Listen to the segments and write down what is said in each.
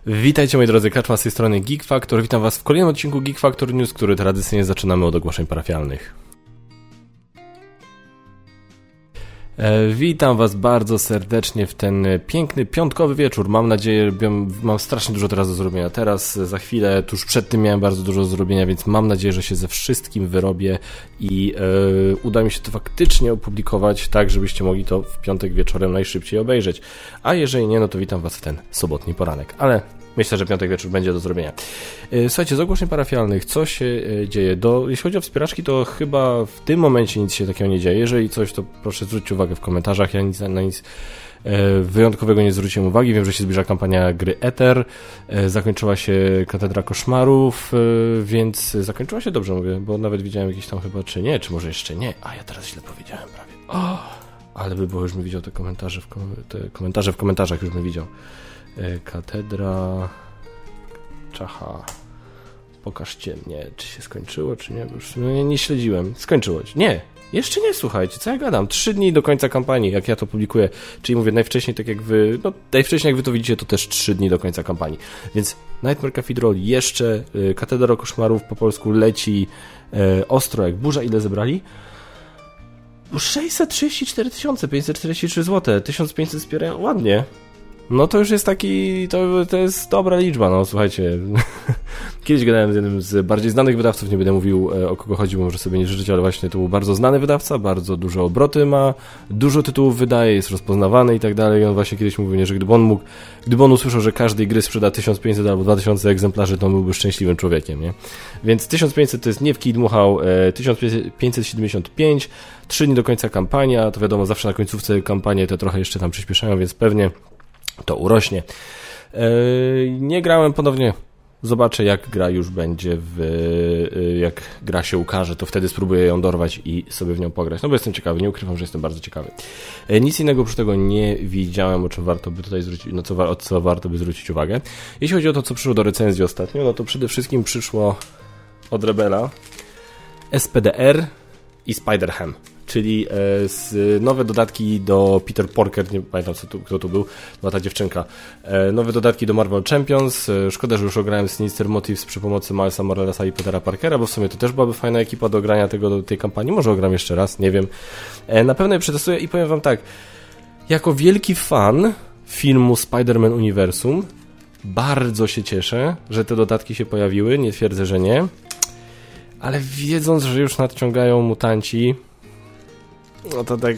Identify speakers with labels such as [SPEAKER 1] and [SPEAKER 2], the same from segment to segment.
[SPEAKER 1] Witajcie moi drodzy, Kaczma z tej strony Geek Factor. Witam was w kolejnym odcinku Geek Factor News, który tradycyjnie zaczynamy od ogłoszeń parafialnych. Witam was bardzo serdecznie w ten piękny piątkowy wieczór. Mam nadzieję, mam strasznie dużo teraz do zrobienia. Teraz, za chwilę, tuż przed tym miałem bardzo dużo do zrobienia, więc mam nadzieję, że się ze wszystkim wyrobię i uda mi się to faktycznie opublikować tak, żebyście mogli to w piątek wieczorem najszybciej obejrzeć. A jeżeli nie, no to witam was w ten sobotni poranek. Ale myślę, że piątek wieczór będzie do zrobienia. Słuchajcie, z ogłoszeń parafialnych, co się dzieje? Jeśli chodzi o wspieraczki, to chyba w tym momencie nic się takiego nie dzieje. Jeżeli coś, to proszę zwróćcie uwagę w komentarzach. Ja na nic wyjątkowego nie zwróciłem uwagi. Wiem, że się zbliża kampania gry Ether. Zakończyła się Katedra Koszmarów, więc zakończyła się, dobrze mówię, bo nawet widziałem jakieś tam chyba, czy nie, czy może jeszcze nie. A ja teraz źle powiedziałem prawie. Ale by było, już bym widział te komentarze w komentarzach już bym widział. Katedra Czacha. Pokażcie mnie, czy się skończyło, czy nie. Już nie śledziłem. Skończyło się. Nie, jeszcze nie, słuchajcie, co ja gadam. 3 dni do końca kampanii, jak ja to publikuję. Czyli mówię, najwcześniej tak jak wy, najwcześniej jak wy to widzicie, to też 3 dni do końca kampanii. Więc Nightmare Cathedral jeszcze, Katedra Koszmarów po polsku leci ostro jak burza. Ile zebrali? 634 543 zł. 1500 wspierają, ładnie. No to już jest taki, to jest dobra liczba, no słuchajcie. Kiedyś gadałem z jednym z bardziej znanych wydawców, nie będę mówił o kogo chodzi, bo może sobie nie życzyć, ale właśnie to był bardzo znany wydawca, bardzo duże obroty ma, dużo tytułów wydaje, jest rozpoznawany i tak dalej. On właśnie kiedyś mówił, nie, że gdyby on usłyszał, że każdej gry sprzeda 1500 albo 2000 egzemplarzy, to on byłby szczęśliwym człowiekiem, nie? Więc 1500 to jest nie w kij dmuchał, 1575, 3 dni do końca kampania, to wiadomo, zawsze na końcówce kampanii te trochę jeszcze tam przyspieszają, więc pewnie to urośnie. Nie grałem ponownie. Zobaczę, jak gra już będzie, jak gra się ukaże, to wtedy spróbuję ją dorwać i sobie w nią pograć. No bo jestem ciekawy, nie ukrywam, że jestem bardzo ciekawy. Nic innego oprócz tego nie widziałem, o czym warto by tutaj zwrócić, co warto by zwrócić uwagę. Jeśli chodzi o to, co przyszło do recenzji ostatnio, no to przede wszystkim przyszło od Rebela SPDR i Spider-Ham. Czyli nowe dodatki do Peter Porker, nie pamiętam kto tu był, była ta dziewczynka. Nowe dodatki do Marvel Champions. Szkoda, że już ograłem Sinister Motives przy pomocy Milesa Moralesa i Petera Parkera, bo w sumie to też byłaby fajna ekipa do grania tej kampanii. Może ogram jeszcze raz, nie wiem. Na pewno je przetestuję i powiem wam tak. Jako wielki fan filmu Spider-Man Uniwersum bardzo się cieszę, że te dodatki się pojawiły. Nie twierdzę, że nie. Ale wiedząc, że już nadciągają mutanci, no to tak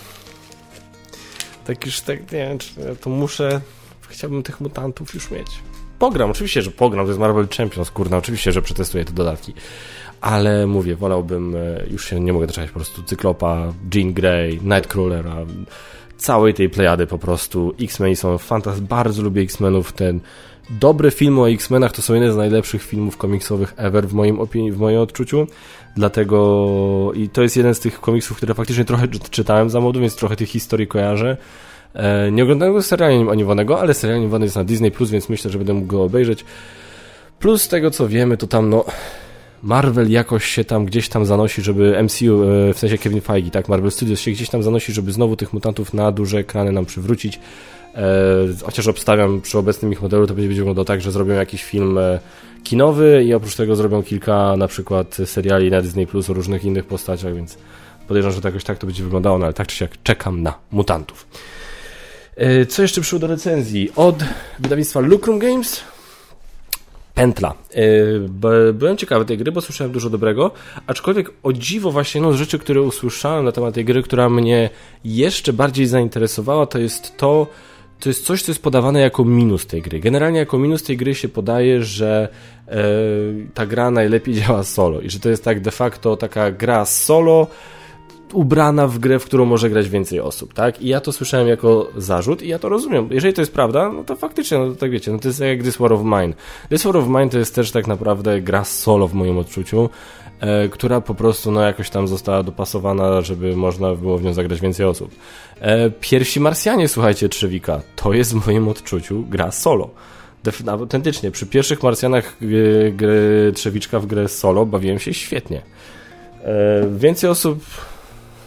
[SPEAKER 1] już tak, nie wiem, czy to chciałbym tych mutantów już mieć. Pogram, oczywiście, że pogram, to jest Marvel Champions, kurna, oczywiście, że przetestuję te dodatki, ale mówię, wolałbym, już się nie mogę doczekać po prostu Cyklopa, Jean Grey, Nightcrawlera, całej tej plejady po prostu. X-Men są fantastyczni, bardzo lubię X-Menów, dobre filmy o X-Menach to są jedne z najlepszych filmów komiksowych ever w moim odczuciu, dlatego i to jest jeden z tych komiksów, które faktycznie trochę czytałem za młodu, więc trochę tych historii kojarzę. Nie oglądałem go serialu animowanego, ale serial animowany jest na Disney+, więc myślę, że będę mógł go obejrzeć. Plus z tego co wiemy, to tam Marvel jakoś się tam gdzieś tam zanosi, żeby MCU, w sensie Kevin Feige, tak, Marvel Studios się gdzieś tam zanosi, żeby znowu tych mutantów na duże ekrany nam przywrócić. Chociaż obstawiam, przy obecnym ich modelu to będzie wyglądało tak, że zrobią jakiś film kinowy i oprócz tego zrobią kilka na przykład seriali na Disney Plus o różnych innych postaciach, więc podejrzewam, że to jakoś tak to będzie wyglądało, no ale tak czy siak czekam na mutantów. Co jeszcze przyszło do recenzji? Od wydawnictwa Lucrum Games Pętla. Byłem ciekawy tej gry, bo słyszałem dużo dobrego, aczkolwiek o dziwo właśnie z rzeczy, które usłyszałem na temat tej gry, która mnie jeszcze bardziej zainteresowała, to jest coś, co jest podawane jako minus tej gry. Generalnie jako minus tej gry się podaje, że ta gra najlepiej działa solo i że to jest tak de facto taka gra solo ubrana w grę, w którą może grać więcej osób, tak? I ja to słyszałem jako zarzut i ja to rozumiem. Jeżeli to jest prawda, no to faktycznie, no to tak wiecie, no to jest jak This War of Mine. This War of Mine to jest też tak naprawdę gra solo w moim odczuciu, która po prostu jakoś tam została dopasowana, żeby można było w nią zagrać więcej osób. Pierwsi Marsjanie, słuchajcie, Trzewika, to jest w moim odczuciu gra solo. Autentycznie, przy pierwszych Marsjanach gry Trzewiczka w grę solo bawiłem się świetnie. Więcej osób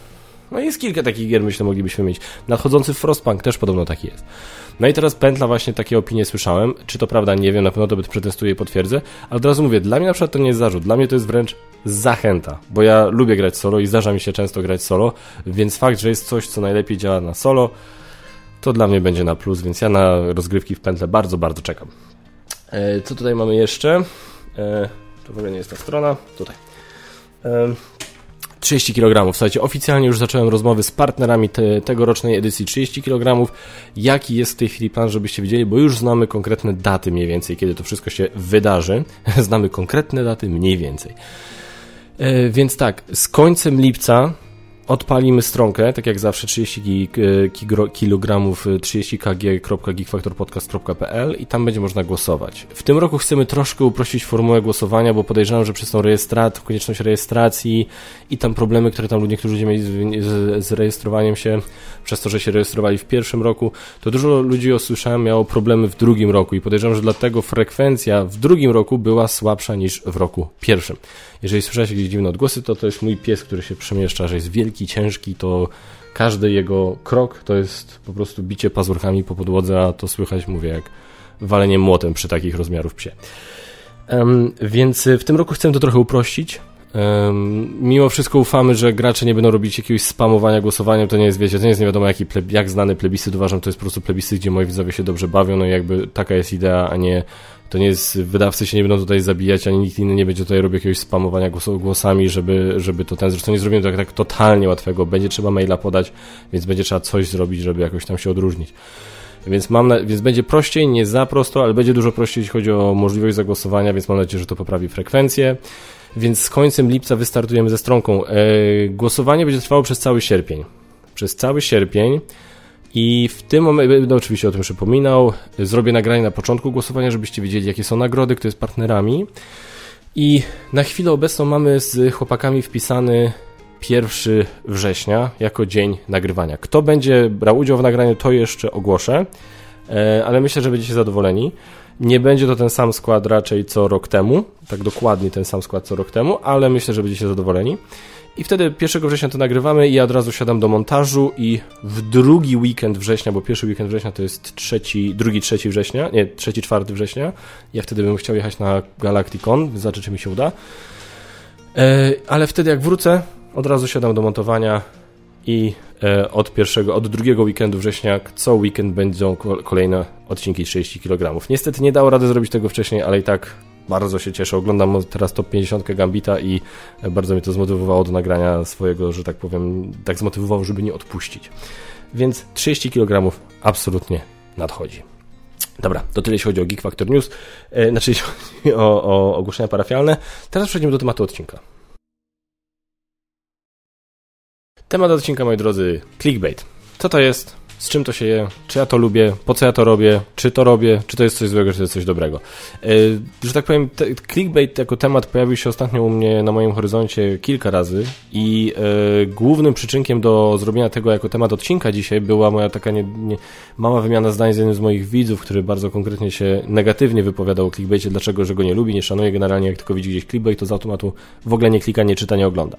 [SPEAKER 1] No jest kilka takich gier, myślę, moglibyśmy mieć. Nadchodzący Frostpunk też podobno taki jest. No i teraz pętla właśnie takie opinie słyszałem. Czy to prawda? Nie wiem, na pewno to przetestuję i potwierdzę. Ale od razu mówię, dla mnie na przykład to nie jest zarzut. Dla mnie to jest wręcz zachęta. Bo ja lubię grać solo i zdarza mi się często grać solo. Więc fakt, że jest coś, co najlepiej działa na solo, to dla mnie będzie na plus. Więc ja na rozgrywki w pętlę bardzo, bardzo czekam. Co tutaj mamy jeszcze? To w ogóle nie jest ta strona. Tutaj. 30 kg. Słuchajcie, oficjalnie już zacząłem rozmowy z partnerami tegorocznej edycji 30 kg. Jaki jest w tej chwili plan, żebyście wiedzieli, bo już znamy konkretne daty mniej więcej, kiedy to wszystko się wydarzy. Znamy konkretne daty mniej więcej. Więc tak, z końcem lipca odpalimy stronkę, tak jak zawsze 30 kg 30kg.geekfaktorpodcast.pl i tam będzie można głosować. W tym roku chcemy troszkę uprościć formułę głosowania, bo podejrzewam, że przez tą konieczność rejestracji i tam problemy, które tam niektórzy ludzie mieli z rejestrowaniem się, przez to, że się rejestrowali w pierwszym roku, to dużo ludzi, usłyszałem, miało problemy w drugim roku i podejrzewam, że dlatego frekwencja w drugim roku była słabsza niż w roku pierwszym. Jeżeli słyszałeś jakieś dziwne odgłosy, to jest mój pies, który się przemieszcza, że jest wielki, ciężki, to każdy jego krok to jest po prostu bicie pazurkami po podłodze, a to słychać, mówię, jak walenie młotem przy takich rozmiarów psie. Więc w tym roku chcę to trochę uprościć. Mimo wszystko ufamy, że gracze nie będą robić jakiegoś spamowania głosowaniem, to nie jest, wiecie, to nie jest nie wiadomo jak znany plebiscyt, uważam, to jest po prostu plebiscyt, gdzie moi widzowie się dobrze bawią, no i jakby taka jest idea, a nie, to nie jest, wydawcy się nie będą tutaj zabijać, ani nikt inny nie będzie tutaj robił jakiegoś spamowania głosami, żeby to zresztą nie zrobimy tak totalnie łatwego, będzie trzeba maila podać, więc będzie trzeba coś zrobić, żeby jakoś tam się odróżnić. Więc będzie prościej, nie za prosto, ale będzie dużo prościej, jeśli chodzi o możliwość zagłosowania, więc mam nadzieję, że to poprawi frekwencję. Więc z końcem lipca wystartujemy ze stronką. Głosowanie będzie trwało przez cały sierpień. Przez cały sierpień. I w tym momencie, będę oczywiście o tym przypominał, zrobię nagranie na początku głosowania, żebyście wiedzieli, jakie są nagrody, kto jest partnerami. I na chwilę obecną mamy z chłopakami wpisany 1 września jako dzień nagrywania. Kto będzie brał udział w nagraniu, to jeszcze ogłoszę, ale myślę, że będziecie zadowoleni. Nie będzie to ten sam skład raczej co rok temu, tak dokładnie ten sam skład co rok temu, ale myślę, że będziecie zadowoleni. I wtedy 1 września to nagrywamy i ja od razu siadam do montażu i w drugi weekend września, bo pierwszy weekend września to jest 3 września, nie, 3-4 września. Ja wtedy bym chciał jechać na Galacticon, zobaczę, czy mi się uda. Ale wtedy jak wrócę, od razu siadam do montowania i od drugiego weekendu września co weekend będą kolejne odcinki 30 kg. Niestety nie dało rady zrobić tego wcześniej, ale i tak bardzo się cieszę. Oglądam teraz top 50 Gambita i bardzo mnie to zmotywowało do nagrania swojego, że tak powiem, tak zmotywowało, żeby nie odpuścić. Więc 30 kg absolutnie nadchodzi. Dobra, to tyle jeśli chodzi o Geek Factor News, znaczy jeśli chodzi o ogłoszenia parafialne. Teraz przejdziemy do tematu odcinka. Temat odcinka, moi drodzy, clickbait. Co to jest? Z czym to się je? Czy ja to lubię? Po co ja to robię? Czy to robię? Czy to jest coś złego? Czy to jest coś dobrego? Że tak powiem, clickbait jako temat pojawił się ostatnio u mnie na moim horyzoncie kilka razy i głównym przyczynkiem do zrobienia tego jako temat odcinka dzisiaj była moja taka mała wymiana zdań z jednym z moich widzów, który bardzo konkretnie się negatywnie wypowiadał o clickbaicie, dlaczego, że go nie lubi, nie szanuje. Generalnie jak tylko widzi gdzieś clickbait, to z automatu w ogóle nie klika, nie czyta, nie ogląda.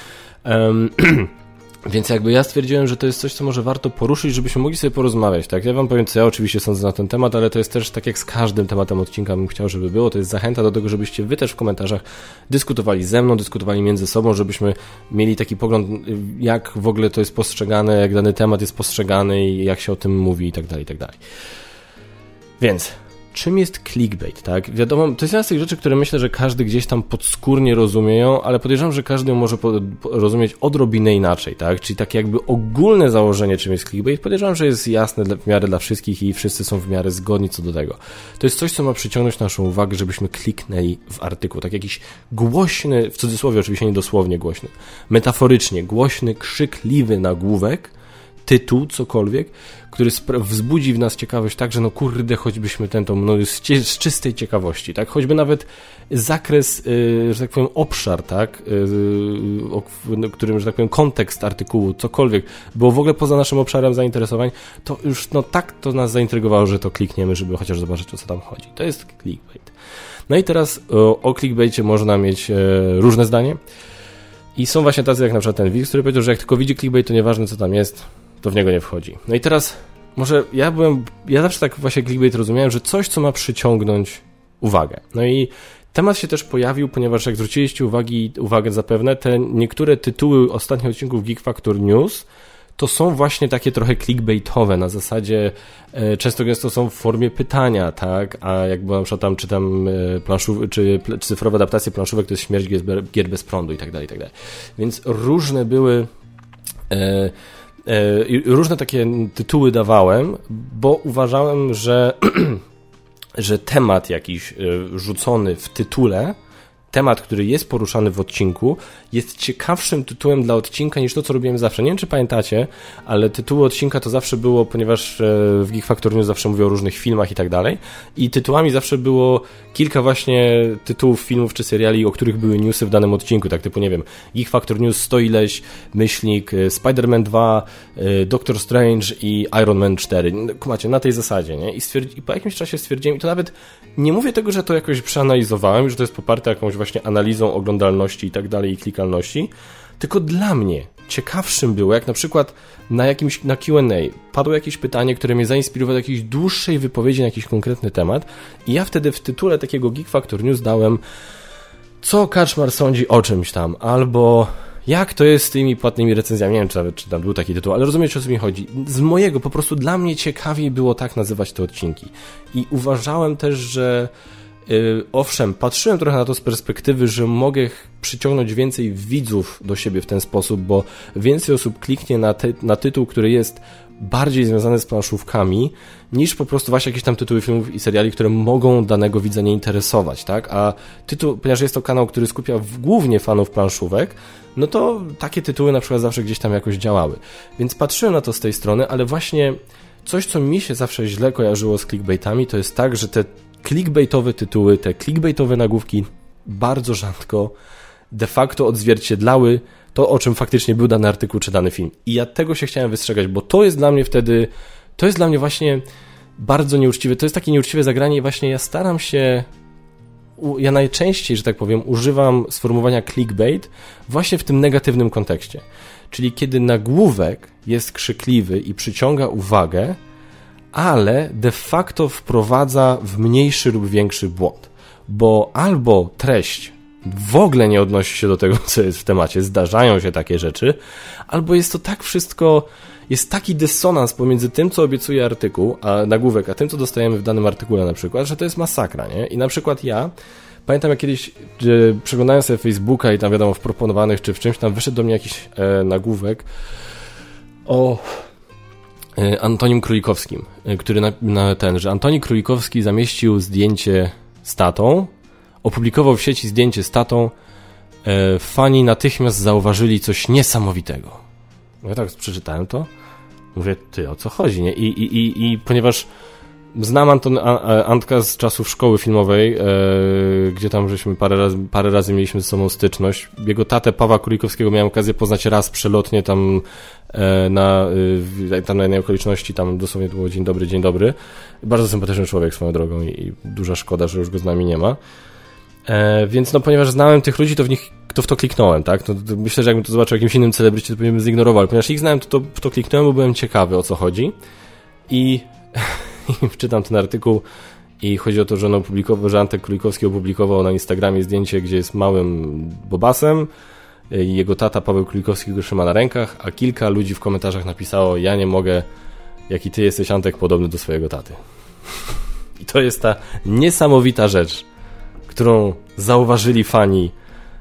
[SPEAKER 1] Więc jakby ja stwierdziłem, że to jest coś, co może warto poruszyć, żebyśmy mogli sobie porozmawiać, tak? Ja wam powiem, co ja oczywiście sądzę na ten temat, ale to jest też tak jak z każdym tematem odcinka bym chciał, żeby było, to jest zachęta do tego, żebyście wy też w komentarzach dyskutowali ze mną, dyskutowali między sobą, żebyśmy mieli taki pogląd, jak w ogóle to jest postrzegane, jak dany temat jest postrzegany i jak się o tym mówi i tak dalej, i tak dalej. Więc czym jest clickbait, tak? Wiadomo, to jest jedna z tych rzeczy, które myślę, że każdy gdzieś tam podskórnie rozumieją, ale podejrzewam, że każdy ją może rozumieć odrobinę inaczej, tak? Czyli takie jakby ogólne założenie, czym jest clickbait, podejrzewam, że jest jasne w miarę dla wszystkich i wszyscy są w miarę zgodni co do tego. To jest coś, co ma przyciągnąć naszą uwagę, żebyśmy kliknęli w artykuł, tak jakiś głośny, w cudzysłowie oczywiście nie dosłownie głośny, metaforycznie głośny, krzykliwy nagłówek, tytuł, cokolwiek, który wzbudzi w nas ciekawość tak, że no kurde, choćbyśmy z czystej ciekawości, tak, choćby nawet zakres, że tak powiem, obszar, tak, którym, że tak powiem, kontekst artykułu, cokolwiek, było w ogóle poza naszym obszarem zainteresowań, to już tak to nas zaintrygowało, że to klikniemy, żeby chociaż zobaczyć, o co tam chodzi. To jest clickbait. No i teraz o clickbaicie można mieć różne zdanie. I są właśnie tacy jak na przykład ten Wix, który powiedział, że jak tylko widzi clickbait, to nieważne co tam jest, to w niego nie wchodzi. No i teraz może ja zawsze tak właśnie clickbait rozumiałem, że coś, co ma przyciągnąć uwagę. No i temat się też pojawił, ponieważ jak zwróciliście uwagę zapewne, te niektóre tytuły ostatnich odcinków Geek Factor News to są właśnie takie trochę clickbaitowe, na zasadzie często gęsto są w formie pytania, tak, a jak na przykład tam czytam czy cyfrowe adaptacje planszówek, to jest śmierć gier bez prądu i tak dalej, i tak dalej. Więc różne były różne takie tytuły dawałem, bo uważałem, że że temat jakiś rzucony w tytule, temat, który jest poruszany w odcinku, jest ciekawszym tytułem dla odcinka niż to, co robiłem zawsze. Nie wiem, czy pamiętacie, ale tytuły odcinka to zawsze było, ponieważ w Geek Factor News zawsze mówią o różnych filmach i tak dalej, i tytułami zawsze było kilka właśnie tytułów filmów czy seriali, o których były newsy w danym odcinku, tak typu, nie wiem, Geek Factor News 100 ileś, myślnik, Spider-Man 2, Doctor Strange i Iron Man 4. Kumacie, na tej zasadzie, nie? I po jakimś czasie stwierdziłem, i to nawet nie mówię tego, że to jakoś przeanalizowałem, że to jest poparte jakąś właśnie analizą oglądalności i tak dalej i klikalności, tylko dla mnie ciekawszym było, jak na przykład na Q&A padło jakieś pytanie, które mnie zainspirowało do jakiejś dłuższej wypowiedzi na jakiś konkretny temat i ja wtedy w tytule takiego Geek Factor News dałem, co Kaczmar sądzi o czymś tam, albo jak to jest z tymi płatnymi recenzjami, nie wiem czy tam był taki tytuł, ale rozumiecie, o co mi chodzi. Z mojego, po prostu dla mnie ciekawiej było tak nazywać te odcinki i uważałem też, że owszem, patrzyłem trochę na to z perspektywy, że mogę przyciągnąć więcej widzów do siebie w ten sposób, bo więcej osób kliknie na tytuł, który jest bardziej związany z planszówkami, niż po prostu właśnie jakieś tam tytuły filmów i seriali, które mogą danego widza nie interesować, tak? A tytuł, ponieważ jest to kanał, który skupia głównie fanów planszówek, no to takie tytuły na przykład zawsze gdzieś tam jakoś działały. Więc patrzyłem na to z tej strony, ale właśnie coś, co mi się zawsze źle kojarzyło z clickbaitami, to jest tak, że te clickbaitowe tytuły, te clickbaitowe nagłówki bardzo rzadko de facto odzwierciedlały to, o czym faktycznie był dany artykuł czy dany film. I ja tego się chciałem wystrzegać, bo to jest dla mnie właśnie bardzo nieuczciwe. To jest takie nieuczciwe zagranie i właśnie ja najczęściej, że tak powiem, używam sformułowania clickbait właśnie w tym negatywnym kontekście. Czyli kiedy nagłówek jest krzykliwy i przyciąga uwagę, ale de facto wprowadza w mniejszy lub większy błąd. Bo albo treść w ogóle nie odnosi się do tego, co jest w temacie, zdarzają się takie rzeczy, albo jest to tak wszystko, jest taki dysonans pomiędzy tym, co obiecuje artykuł, a nagłówek, a tym, co dostajemy w danym artykule na przykład, że to jest masakra, nie? I na przykład ja pamiętam, jak kiedyś przeglądałem sobie Facebooka i tam wiadomo w proponowanych czy w czymś tam wyszedł do mnie jakiś nagłówek o Antonim Królikowskim, który że Antoni Królikowski zamieścił zdjęcie z tatą, opublikował w sieci zdjęcie z tatą, fani natychmiast zauważyli coś niesamowitego. Ja tak przeczytałem to, mówię, ty, o co chodzi, nie? I ponieważ znam Antka z czasów szkoły filmowej, gdzie tam żeśmy parę razy mieliśmy ze sobą styczność. Jego tatę Pawła Królikowskiego miałem okazję poznać raz przelotnie tam na jednej okoliczności, tam dosłownie to było dzień dobry. Bardzo sympatyczny człowiek swoją drogą i duża szkoda, że już go z nami nie ma. Więc no, ponieważ znałem tych ludzi, to w to kliknąłem, tak? No, to myślę, że jakbym to zobaczył jakimś innym celebrycie, to pewnie bym zignorował, ale ponieważ ich znałem, to w to kliknąłem, bo byłem ciekawy, o co chodzi. I wczytam ten artykuł i chodzi o to, że Antek Królikowski opublikował na Instagramie zdjęcie, gdzie jest małym bobasem i jego tata Paweł Królikowski go trzyma na rękach, a kilka ludzi w komentarzach napisało, ja nie mogę, jaki ty jesteś, Antek, podobny do swojego taty. I to jest ta niesamowita rzecz, którą zauważyli fani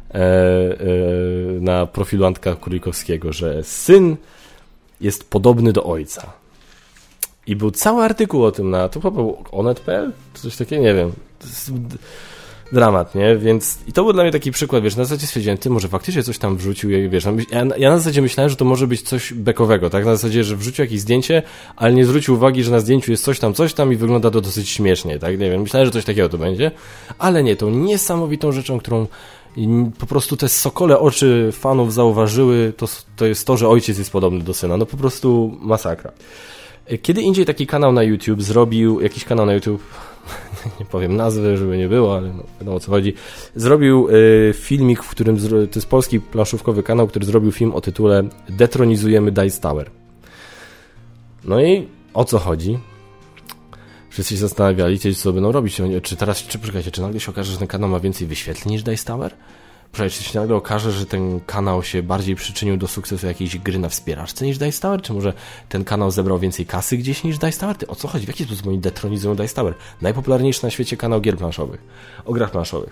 [SPEAKER 1] na profilu Antka Królikowskiego, że syn jest podobny do ojca. I był cały artykuł o tym to był onet.pl? Coś takiego, nie wiem. To jest dramat, nie? Więc i to był dla mnie taki przykład, wiesz, na zasadzie stwierdziłem, ty może faktycznie coś tam wrzucił, wiesz, ja na zasadzie myślałem, że to może być coś bekowego, tak? Na zasadzie, że wrzucił jakieś zdjęcie, ale nie zwrócił uwagi, że na zdjęciu jest coś tam i wygląda to dosyć śmiesznie, tak? Nie wiem, myślałem, że coś takiego to będzie, ale nie, tą niesamowitą rzeczą, którą po prostu te sokole oczy fanów zauważyły, to jest to, że ojciec jest podobny do syna, no po prostu masakra. Kiedy indziej taki kanał na YouTube zrobił, jakiś kanał na YouTube, nie powiem nazwy, żeby nie było, ale no, wiadomo o co chodzi, zrobił filmik, w którym, to jest polski planszówkowy kanał, który zrobił film o tytule Detronizujemy Dice Tower. No i o co chodzi? Wszyscy się zastanawiali, co będą robić, czy nagle się okaże, że ten kanał ma więcej wyświetleń niż Dice Tower? Czy się nagle okaże, że ten kanał się bardziej przyczynił do sukcesu jakiejś gry na wspieraczce niż Dice Tower? Czy może ten kanał zebrał więcej kasy gdzieś niż Dice Tower? O co chodzi? W jaki sposób oni detronizują Dice Tower? Najpopularniejszy na świecie kanał gier planszowych. O grach planszowych.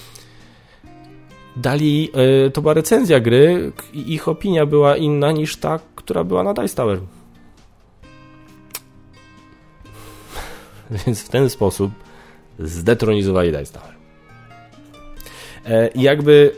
[SPEAKER 1] To była recenzja gry i ich opinia była inna niż ta, która była na Dice Tower. Więc w ten sposób zdetronizowali Dice Tower. I jakby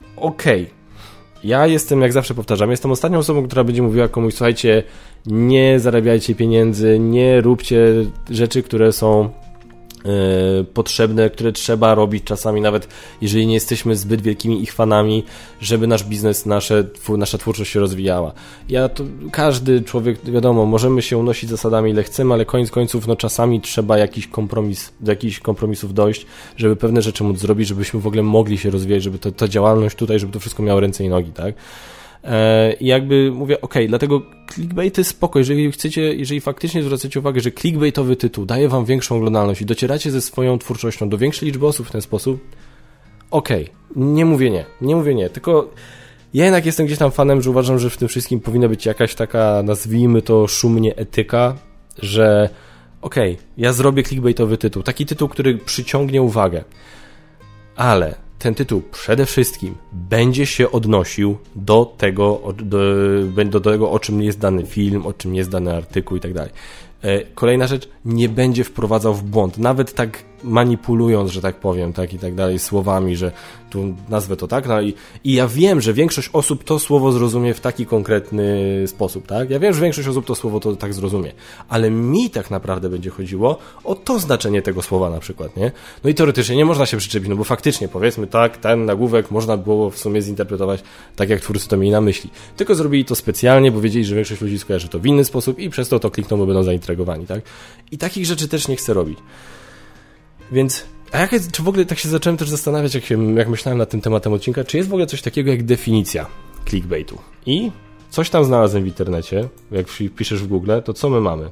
[SPEAKER 1] ja jestem, jak zawsze powtarzam, jestem ostatnią osobą, która będzie mówiła komuś, słuchajcie, nie zarabiajcie pieniędzy, nie róbcie rzeczy, które są potrzebne, które trzeba robić czasami, nawet jeżeli nie jesteśmy zbyt wielkimi ich fanami, żeby nasz biznes, nasza twórczość się rozwijała. Każdy człowiek, wiadomo, możemy się unosić zasadami ile chcemy, ale koniec końców, no czasami trzeba do jakichś kompromisów dojść, żeby pewne rzeczy móc zrobić, żebyśmy w ogóle mogli się rozwijać, żeby ta działalność tutaj, żeby to wszystko miało ręce i nogi, tak? I jakby mówię, dlatego clickbait jest spoko, jeżeli faktycznie zwracacie uwagę, że clickbaitowy tytuł daje wam większą oglądalność i docieracie ze swoją twórczością do większej liczby osób w ten sposób, nie mówię nie, tylko ja jednak jestem gdzieś tam fanem, że uważam, że w tym wszystkim powinna być jakaś taka, nazwijmy to szumnie etyka, że ja zrobię clickbaitowy tytuł, taki tytuł, który przyciągnie uwagę, ale ten tytuł przede wszystkim będzie się odnosił do tego, o czym jest dany film, o czym jest dany artykuł i tak dalej. Kolejna rzecz, nie będzie wprowadzał w błąd, nawet tak manipulując, że tak powiem, tak i tak dalej, słowami, że tu nazwę to tak, no i ja wiem, że większość osób to słowo zrozumie w taki konkretny sposób, tak? Ja wiem, że większość osób to słowo to tak zrozumie, ale mi tak naprawdę będzie chodziło o to znaczenie tego słowa na przykład, nie? No i teoretycznie nie można się przyczepić, no bo faktycznie, powiedzmy tak, ten nagłówek można było w sumie zinterpretować tak, jak twórcy to mieli na myśli. Tylko zrobili to specjalnie, bo wiedzieli, że większość ludzi skojarzy to w inny sposób i przez to klikną, bo będą zaintrygowani, tak? I takich rzeczy też nie chcę robić. Więc, czy w ogóle tak się zacząłem też zastanawiać, jak myślałem nad tym tematem odcinka, czy jest w ogóle coś takiego jak definicja clickbaitu? I coś tam znalazłem w internecie, jak piszesz w Google, to co my mamy?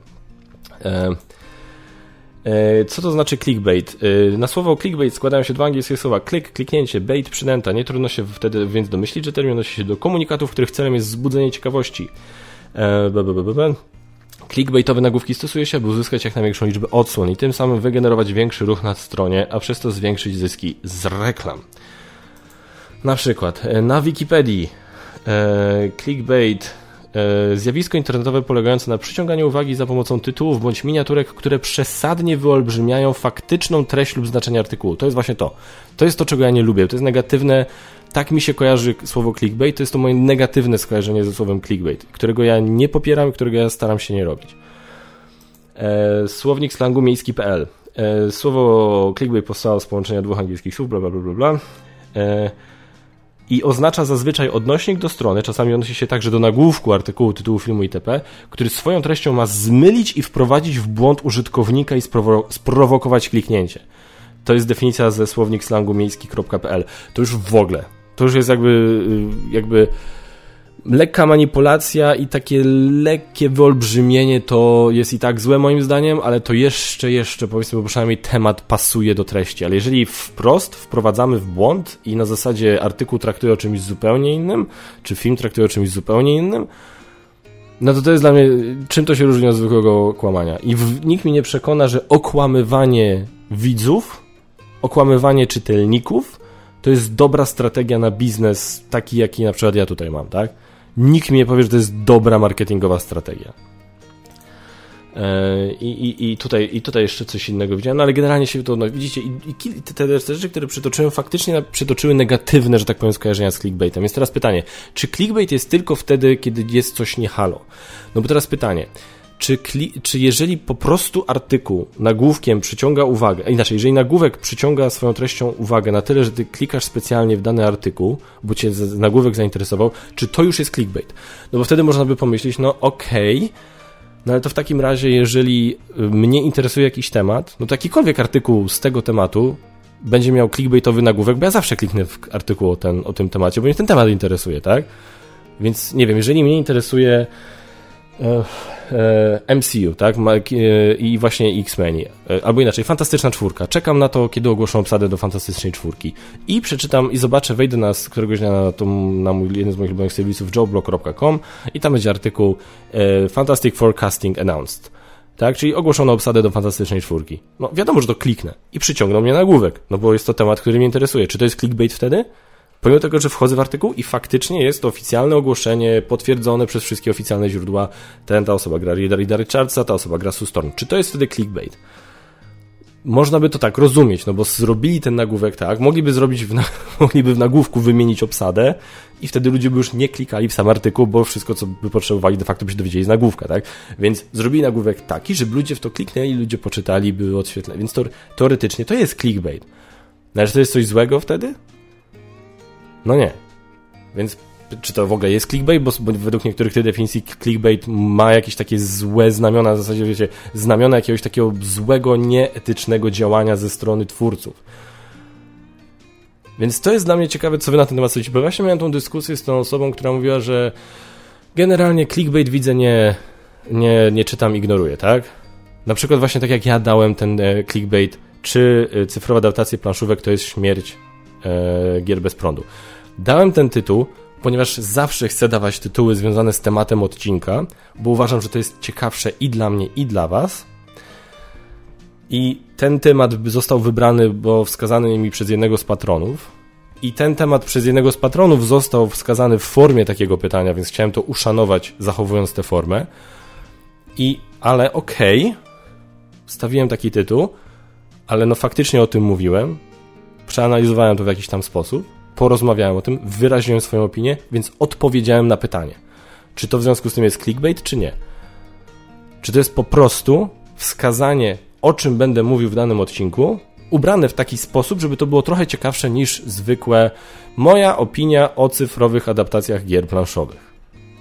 [SPEAKER 1] Co to znaczy clickbait? Na słowo clickbait składają się dwa angielskie słowa kliknięcie, bait, przynęta. Nie trudno się wtedy więc domyślić, że termin odnosi się do komunikatów, których celem jest wzbudzenie ciekawości. Clickbaitowe nagłówki stosuje się, aby uzyskać jak największą liczbę odsłon i tym samym wygenerować większy ruch na stronie, a przez to zwiększyć zyski z reklam. Na przykład na Wikipedii clickbait zjawisko internetowe polegające na przyciąganiu uwagi za pomocą tytułów bądź miniaturek, które przesadnie wyolbrzymiają faktyczną treść lub znaczenie artykułu. To jest właśnie to. To jest to, czego ja nie lubię. To jest negatywne. Tak mi się kojarzy słowo clickbait. To jest to moje negatywne skojarzenie ze słowem clickbait, którego ja nie popieram i którego ja staram się nie robić. Słownik slangu miejski.pl. Słowo clickbait powstało z połączenia dwóch angielskich słów, bla, bla, bla, bla. I oznacza zazwyczaj odnośnik do strony, czasami odnosi się także do nagłówku, artykułu, tytułu filmu itp., który swoją treścią ma zmylić i wprowadzić w błąd użytkownika i sprowokować kliknięcie. To jest definicja ze słownik slangu miejski.pl. To już w ogóle. To już jest jakby lekka manipulacja i takie lekkie wyolbrzymienie to jest i tak złe moim zdaniem, ale to jeszcze powiedzmy, bo przynajmniej temat pasuje do treści, ale jeżeli wprost wprowadzamy w błąd i na zasadzie artykuł traktuje o czymś zupełnie innym, czy film traktuje o czymś zupełnie innym, no to jest dla mnie, czym to się różni od zwykłego kłamania. I nikt mi nie przekona, że okłamywanie widzów, okłamywanie czytelników to jest dobra strategia na biznes, taki jaki na przykład ja tutaj mam, tak? Nikt mi nie powie, że to jest dobra marketingowa strategia. I tutaj jeszcze coś innego widziałem, no ale generalnie się to, no widzicie, te rzeczy, które przytoczyłem, faktycznie przytoczyły negatywne, że tak powiem, skojarzenia z clickbaitem. Jest teraz pytanie, czy clickbait jest tylko wtedy, kiedy jest coś nie halo? No bo teraz pytanie, czy jeżeli po prostu artykuł nagłówkiem przyciąga uwagę, inaczej, jeżeli nagłówek przyciąga swoją treścią uwagę na tyle, że ty klikasz specjalnie w dany artykuł, bo cię nagłówek zainteresował, czy to już jest clickbait? No bo wtedy można by pomyśleć, no okej, No ale to w takim razie, jeżeli mnie interesuje jakiś temat, no to jakikolwiek artykuł z tego tematu będzie miał clickbaitowy nagłówek, bo ja zawsze kliknę w artykuł o tym temacie, bo mnie ten temat interesuje, tak? Więc nie wiem, jeżeli mnie interesuje MCU, tak? I właśnie X-Meni, albo inaczej, Fantastyczna Czwórka. Czekam na to, kiedy ogłoszą obsadę do Fantastycznej Czwórki. I przeczytam i zobaczę, wejdę któregoś dnia na jeden z moich ulubionych serwisów, joeblog.com i tam będzie artykuł Fantastic Four Casting Announced. Tak? Czyli ogłoszono obsadę do Fantastycznej Czwórki. No wiadomo, że to kliknę i przyciągną mnie nagłówek, no bo jest to temat, który mnie interesuje. Czy to jest clickbait wtedy? Pomimo tego, że wchodzę w artykuł i faktycznie jest to oficjalne ogłoszenie, potwierdzone przez wszystkie oficjalne źródła, ta osoba gra Reeda Richardsa, ta osoba gra Sue Storm. Czy to jest wtedy clickbait? Można by to tak rozumieć, no bo zrobili ten nagłówek tak, mogliby w nagłówku wymienić obsadę i wtedy ludzie by już nie klikali w sam artykuł, bo wszystko, co by potrzebowali, de facto by się dowiedzieli z nagłówka, tak? Więc zrobili nagłówek taki, żeby ludzie w to kliknęli, ludzie poczytali, były odświetlone. Więc teoretycznie to jest clickbait. No ale czy to jest coś złego wtedy? No nie. Więc czy to w ogóle jest clickbait? Bo według niektórych tej definicji clickbait ma jakieś takie złe znamiona, w zasadzie wiecie, znamiona jakiegoś takiego złego, nieetycznego działania ze strony twórców. Więc to jest dla mnie ciekawe, co wy na ten temat sądzicie. Bo właśnie miałem tą dyskusję z tą osobą, która mówiła, że generalnie clickbait widzę, nie czytam, ignoruję, tak? Na przykład właśnie tak jak ja dałem ten clickbait, czy cyfrowa adaptacja planszówek to jest śmierć gier bez prądu. Dałem ten tytuł, ponieważ zawsze chcę dawać tytuły związane z tematem odcinka, bo uważam, że to jest ciekawsze i dla mnie, i dla was. I ten temat został wybrany, bo wskazany mi przez jednego z patronów. I ten temat przez jednego z patronów został wskazany w formie takiego pytania, więc chciałem to uszanować, zachowując tę formę. Ale okej, stawiłem taki tytuł, ale no faktycznie o tym mówiłem. Przeanalizowałem to w jakiś tam sposób, porozmawiałem o tym, wyraziłem swoją opinię, więc odpowiedziałem na pytanie. Czy to w związku z tym jest clickbait, czy nie? Czy to jest po prostu wskazanie, o czym będę mówił w danym odcinku, ubrane w taki sposób, żeby to było trochę ciekawsze niż zwykłe moja opinia o cyfrowych adaptacjach gier planszowych.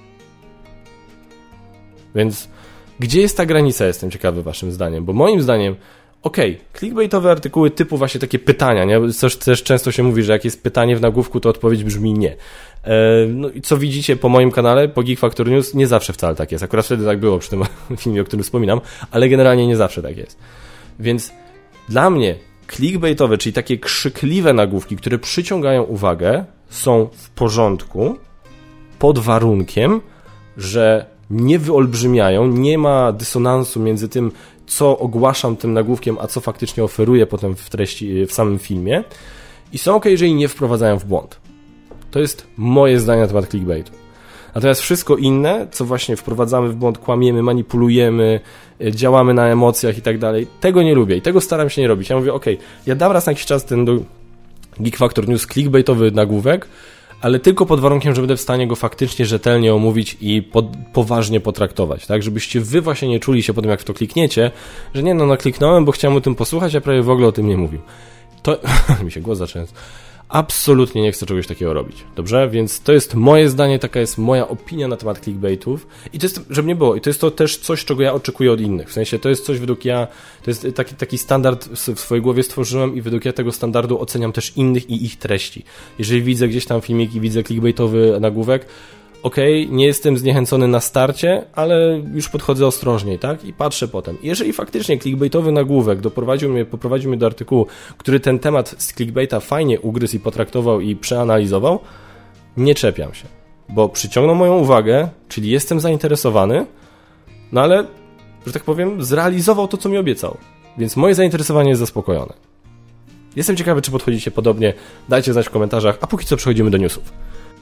[SPEAKER 1] Więc gdzie jest ta granica? Jestem ciekawy waszym zdaniem, bo moim zdaniem clickbaitowe artykuły typu właśnie takie pytania, nie? Też często się mówi, że jak jest pytanie w nagłówku, to odpowiedź brzmi nie. No i co widzicie po moim kanale, po Geek Factor News, nie zawsze wcale tak jest. Akurat wtedy tak było przy tym filmie, o którym wspominam, ale generalnie nie zawsze tak jest. Więc dla mnie clickbaitowe, czyli takie krzykliwe nagłówki, które przyciągają uwagę, są w porządku pod warunkiem, że nie wyolbrzymiają, nie ma dysonansu między tym, co ogłaszam tym nagłówkiem, a co faktycznie oferuję potem w treści, w samym filmie. I są jeżeli nie wprowadzają w błąd. To jest moje zdanie na temat clickbaitu. Natomiast wszystko inne, co właśnie wprowadzamy w błąd, kłamiemy, manipulujemy, działamy na emocjach i tak dalej, tego nie lubię i tego staram się nie robić. Ja mówię, ja dam raz na jakiś czas ten do Geek Factor News clickbaitowy nagłówek, ale tylko pod warunkiem, że będę w stanie go faktycznie rzetelnie omówić i poważnie potraktować, tak? Żebyście wy właśnie nie czuli się po tym, jak w to klikniecie, że nie, kliknąłem, bo chciałem o tym posłuchać, a prawie w ogóle o tym nie mówił. To mi się głos zaczął. Absolutnie nie chcę czegoś takiego robić, dobrze? Więc to jest moje zdanie, taka jest moja opinia na temat clickbaitów i to jest, żeby nie było, i to jest to też coś, czego ja oczekuję od innych, w sensie to jest coś to jest taki standard w swojej głowie stworzyłem i według tego standardu oceniam też innych i ich treści. Jeżeli widzę gdzieś tam filmik i widzę clickbaitowy nagłówek, nie jestem zniechęcony na starcie, ale już podchodzę ostrożniej, tak? I patrzę potem. Jeżeli faktycznie clickbaitowy nagłówek poprowadził mnie do artykułu, który ten temat z clickbaita fajnie ugryzł i potraktował i przeanalizował, nie czepiam się, bo przyciągnął moją uwagę, czyli jestem zainteresowany, no ale, że tak powiem, zrealizował to, co mi obiecał. Więc moje zainteresowanie jest zaspokojone. Jestem ciekawy, czy podchodzicie podobnie. Dajcie znać w komentarzach, a póki co przechodzimy do newsów.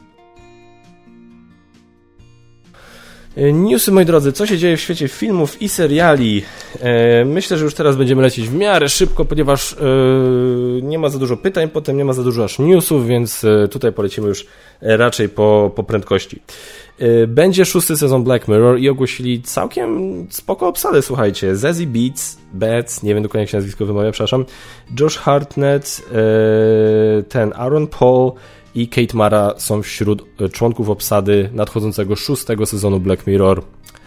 [SPEAKER 1] Newsy, moi drodzy, co się dzieje w świecie filmów i seriali? Myślę, że już teraz będziemy lecieć w miarę szybko, ponieważ nie ma za dużo pytań, potem nie ma za dużo aż newsów, więc tutaj polecimy już raczej po prędkości. Będzie 6. sezon Black Mirror i ogłosili całkiem spoko obsadę, słuchajcie. Zazie Beetz, nie wiem dokładnie jak się nazwisko wymawia, przepraszam, Josh Hartnett, Aaron Paul i Kate Mara są wśród członków obsady nadchodzącego 6. sezonu Black Mirror.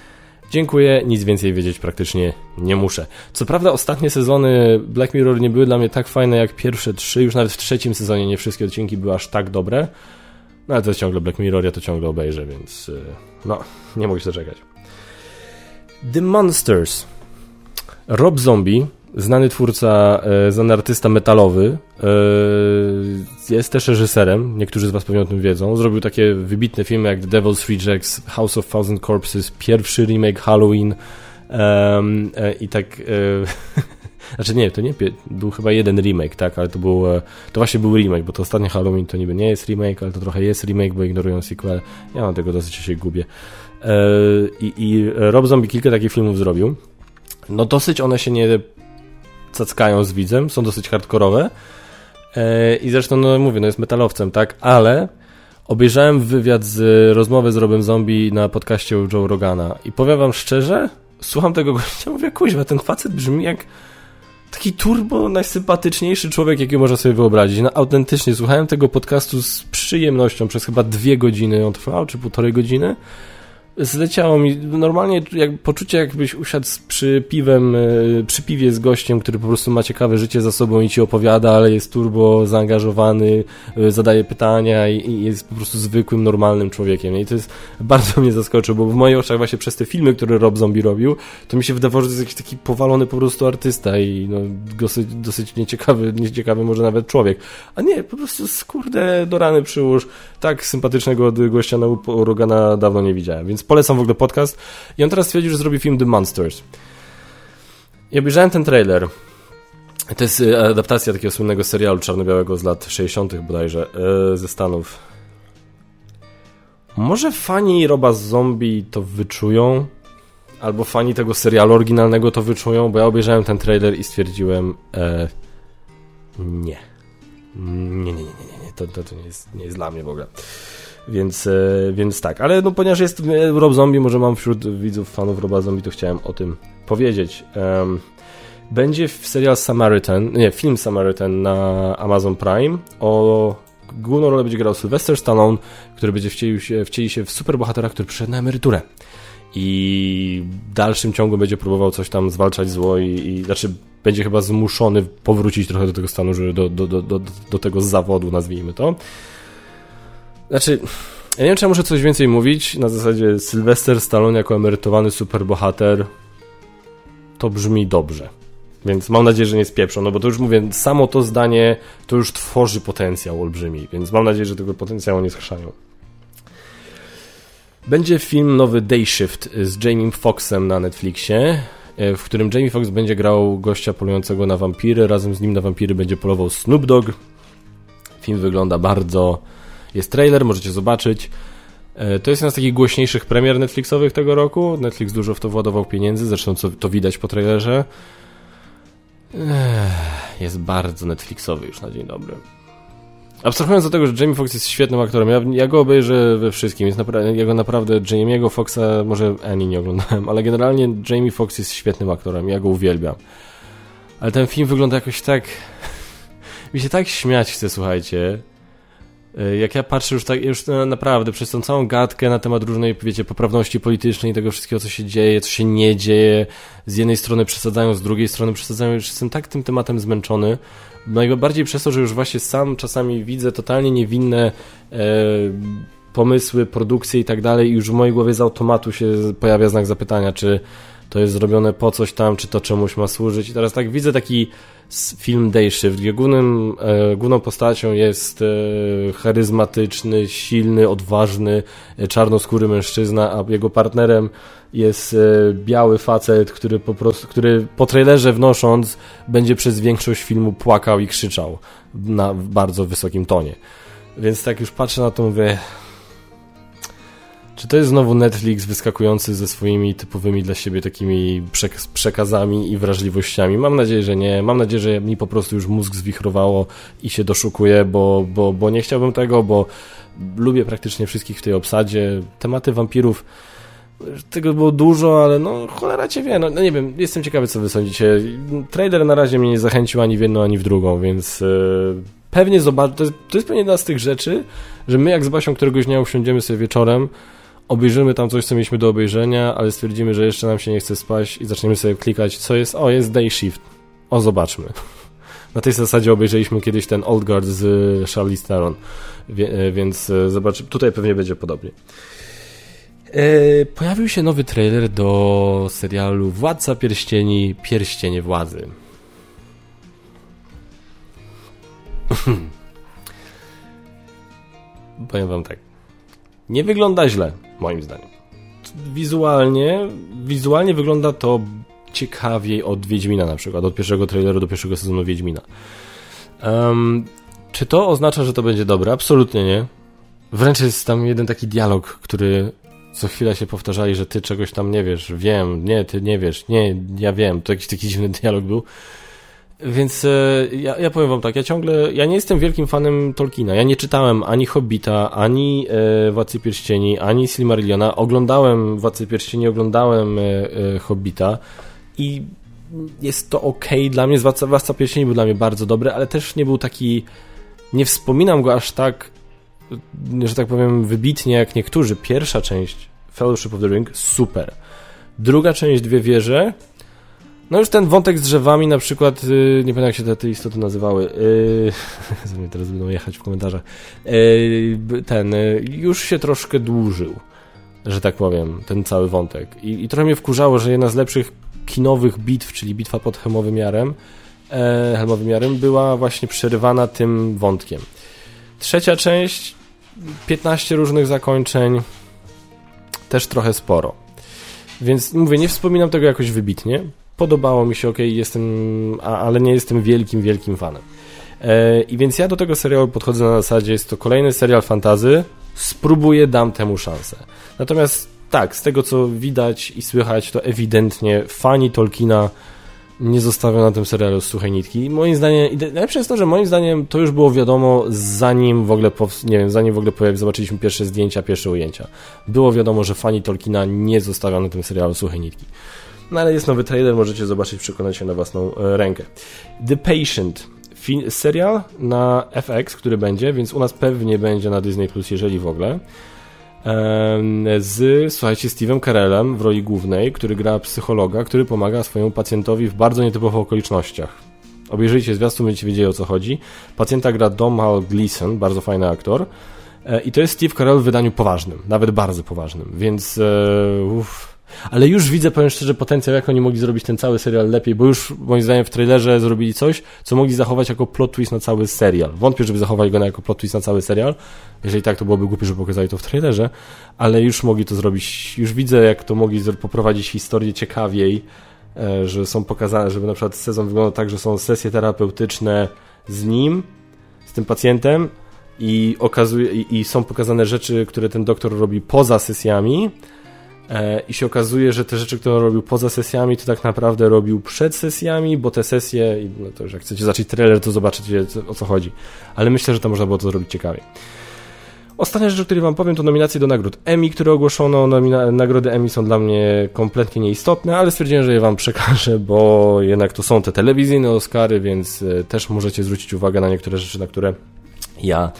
[SPEAKER 1] Dziękuję, nic więcej wiedzieć praktycznie nie muszę. Co prawda ostatnie sezony Black Mirror nie były dla mnie tak fajne jak pierwsze 3, już nawet w 3. sezonie nie wszystkie odcinki były aż tak dobre, no ale to jest ciągle Black Mirror, ja to ciągle obejrzę, więc no, nie mogę się doczekać. The Monsters. Rob Zombie, znany twórca, znany artysta metalowy, jest też reżyserem, niektórzy z was pewnie o tym wiedzą. Zrobił takie wybitne filmy jak The Devil's Rejects, House of Thousand Corpses, pierwszy remake Halloween i tak... Znaczy nie, to nie był chyba jeden remake, tak, ale to właśnie był remake, bo to ostatnie Halloween to niby nie jest remake, ale to trochę jest remake, bo ignorują sequel. Ja mam tego dosyć, się gubię. I Rob Zombie kilka takich filmów zrobił. No dosyć one się nie cackają z widzem, są dosyć hardkorowe. I zresztą, no mówię, no jest metalowcem, tak, ale obejrzałem wywiad rozmowę z Robem Zombie na podcaście u Joe Rogana i powiem wam szczerze, słucham tego gościa, mówię, kuźwa, ten facet brzmi jak taki turbo najsympatyczniejszy człowiek, jaki można sobie wyobrazić. No autentycznie, słuchałem tego podcastu z przyjemnością przez chyba 2 godziny, on trwał, czy 1,5 godziny. Zleciało mi normalnie poczucie, jakbyś usiadł przy piwie z gościem, który po prostu ma ciekawe życie za sobą i ci opowiada, ale jest turbo zaangażowany, zadaje pytania i jest po prostu zwykłym, normalnym człowiekiem. I to jest bardzo mnie zaskoczyło, bo w moich oczach właśnie przez te filmy, które Rob Zombie robił, to mi się wydawało, że to jest jakiś taki powalony po prostu artysta i no, dosyć nieciekawy może nawet człowiek. A nie, po prostu skurde do rany przyłóż. Tak sympatycznego gościa na Rogana dawno nie widziałem, więc polecam w ogóle podcast. I on teraz stwierdził, że zrobi film The Monsters. I obejrzałem ten trailer. To jest adaptacja takiego słynnego serialu czarno-białego z lat 60. bodajże, ze Stanów. Może fani Roba Zombie to wyczują, albo fani tego serialu oryginalnego to wyczują, bo ja obejrzałem ten trailer i stwierdziłem nie. To nie jest dla mnie w ogóle. Więc tak, ale no ponieważ jest Rob Zombie, może mam wśród widzów, fanów Roba Zombie, to chciałem o tym powiedzieć. Będzie film Samaritan na Amazon Prime. Główną rolę będzie grał Sylvester Stallone, który będzie wcieli się w superbohatera, który przyszedł na emeryturę. I w dalszym ciągu będzie próbował coś tam zwalczać zło i znaczy będzie chyba zmuszony powrócić trochę do tego stanu, żeby do tego zawodu, nazwijmy to. Znaczy, ja nie wiem, czy ja muszę coś więcej mówić. Na zasadzie Sylvester Stallone jako emerytowany superbohater to brzmi dobrze. Więc mam nadzieję, że nie spieprzą, no bo to już mówię, samo to zdanie to już tworzy potencjał olbrzymi, więc mam nadzieję, że tego potencjału nie schrzają. Będzie film nowy Day Shift z Jamie Foxxem na Netflixie, w którym Jamie Foxx będzie grał gościa polującego na wampiry, razem z nim na wampiry będzie polował Snoop Dogg. Film wygląda bardzo... Jest trailer, możecie zobaczyć. To jest jedna z takich głośniejszych premier Netflixowych tego roku. Netflix dużo w to władował pieniędzy, zresztą to widać po trailerze. Jest bardzo Netflixowy już na dzień dobry. Abstrahując od tego, że Jamie Foxx jest świetnym aktorem, ja go obejrzę we wszystkim. Ja go naprawdę, Jamie'ego Foxxa, może Annie nie oglądałem, ale generalnie Jamie Foxx jest świetnym aktorem, ja go uwielbiam. Ale ten film wygląda jakoś tak... Mi się tak śmiać chce, słuchajcie. Jak ja patrzę już naprawdę przez tą całą gadkę na temat różnej, wiecie, poprawności politycznej i tego wszystkiego, co się dzieje, co się nie dzieje, z jednej strony przesadzają, z drugiej strony przesadzają, już jestem tak tym tematem zmęczony, najbardziej przez to, że już właśnie sam czasami widzę totalnie niewinne pomysły, produkcje i tak dalej i już w mojej głowie z automatu się pojawia znak zapytania, czy to jest zrobione po coś tam, czy to czemuś ma służyć. I teraz tak widzę taki film Day Shift, gdzie główną postacią jest charyzmatyczny, silny, odważny, czarnoskóry mężczyzna, a jego partnerem jest biały facet, który po trailerze wnosząc będzie przez większość filmu płakał i krzyczał na bardzo wysokim tonie. Więc tak już patrzę na to, mówię... Czy to jest znowu Netflix wyskakujący ze swoimi typowymi dla siebie takimi przekazami i wrażliwościami? Mam nadzieję, że nie. Mam nadzieję, że mi po prostu już mózg zwichrowało i się doszukuję, bo nie chciałbym tego, bo lubię praktycznie wszystkich w tej obsadzie. Tematy wampirów, tego było dużo, ale no cholera cię wie. No nie wiem, jestem ciekawy, co wy sądzicie. Trailer na razie mnie nie zachęcił ani w jedną, ani w drugą, więc... pewnie zobaczę, to jest pewnie jedna z tych rzeczy, że my jak z Basią któregoś dnia usiądziemy sobie wieczorem, obejrzymy tam coś, co mieliśmy do obejrzenia, ale stwierdzimy, że jeszcze nam się nie chce spać i zaczniemy sobie klikać, co jest, jest Day Shift, zobaczmy. Na tej zasadzie obejrzeliśmy kiedyś ten Old Guard z Charlize Theron, więc zobaczymy, tutaj pewnie będzie podobnie. Pojawił się nowy trailer do serialu Władca Pierścieni, Pierścienie Władzy. Powiem wam tak. Nie wygląda źle, moim zdaniem. Wizualnie wygląda to ciekawiej od Wiedźmina na przykład, od pierwszego traileru do pierwszego sezonu Wiedźmina. Czy to oznacza, że to będzie dobre? Absolutnie nie. Wręcz jest tam jeden taki dialog, który co chwilę się powtarzali, że ty czegoś tam nie wiesz, wiem, nie, ty nie wiesz, nie, ja wiem. To jakiś taki dziwny dialog był. Więc ja powiem wam tak, ja nie jestem wielkim fanem Tolkiena. Ja nie czytałem ani Hobbita, ani Władcy Pierścieni, ani Silmarilliona. Oglądałem Władcy Pierścieni, oglądałem Hobbita i jest to okej dla mnie. Władca Pierścieni był dla mnie bardzo dobry, ale też nie był taki, nie wspominam go aż tak, że tak powiem, wybitnie jak niektórzy. Pierwsza część Fellowship of the Ring, super. Druga część, Dwie Wieże. No już ten wątek z drzewami na przykład, nie pamiętam jak się te istoty nazywały, teraz będą jechać w komentarzach, już się troszkę dłużył, że tak powiem, ten cały wątek. I trochę mnie wkurzało, że jedna z lepszych kinowych bitw, czyli bitwa pod Helmowym Jarem była właśnie przerywana tym wątkiem. Trzecia część, 15 różnych zakończeń, też trochę sporo. Więc mówię, nie wspominam tego jakoś wybitnie. Podobało mi się, ale nie jestem wielkim fanem. I więc ja do tego serialu podchodzę na zasadzie, jest to kolejny serial fantasy, spróbuję, dam temu szansę. Natomiast tak, z tego co widać i słychać, to ewidentnie fani Tolkiena nie zostawią na tym serialu suchej nitki. Moim zdaniem, najlepsze jest to, że moim zdaniem to już było wiadomo, zanim w ogóle zobaczyliśmy pierwsze zdjęcia, pierwsze ujęcia. Było wiadomo, że fani Tolkiena nie zostawią na tym serialu suchej nitki. No ale jest nowy trailer, możecie zobaczyć, przekonać się na własną rękę. The Patient, serial na FX, który będzie, więc u nas pewnie będzie na Disney+, jeżeli w ogóle. Słuchajcie, Steve'em Carellem w roli głównej, który gra psychologa, który pomaga swojemu pacjentowi w bardzo nietypowych okolicznościach. Obejrzyjcie zwiastun, będziecie wiedzieli, o co chodzi. Pacjenta gra Domhnall Gleeson, bardzo fajny aktor. I to jest Steve Carell w wydaniu poważnym, nawet bardzo poważnym, więc ale już widzę, powiem szczerze, potencjał, jak oni mogli zrobić ten cały serial lepiej, bo już moim zdaniem w trailerze zrobili coś, co mogli zachować jako plot twist na cały serial. Wątpię, żeby zachowali go jako plot twist na cały serial. Jeżeli tak, to byłoby głupie, że pokazali to w trailerze, ale już mogli to zrobić. Już widzę, jak to mogli poprowadzić historię ciekawiej, że są pokazane, żeby na przykład sezon wyglądał tak, że są sesje terapeutyczne z nim, z tym pacjentem i są pokazane rzeczy, które ten doktor robi poza sesjami. I się okazuje, że te rzeczy, które on robił poza sesjami, to tak naprawdę robił przed sesjami, bo te sesje, no to już jak chcecie zobaczyć trailer, to zobaczycie, o co chodzi. Ale myślę, że to można było to zrobić ciekawiej. Ostatnia rzecz, o której wam powiem, to nominacje do nagród Emmy, które ogłoszono. Nagrody Emmy są dla mnie kompletnie nieistotne, ale stwierdziłem, że je wam przekażę, bo jednak to są te telewizyjne Oscary, więc też możecie zwrócić uwagę na niektóre rzeczy, na które ja...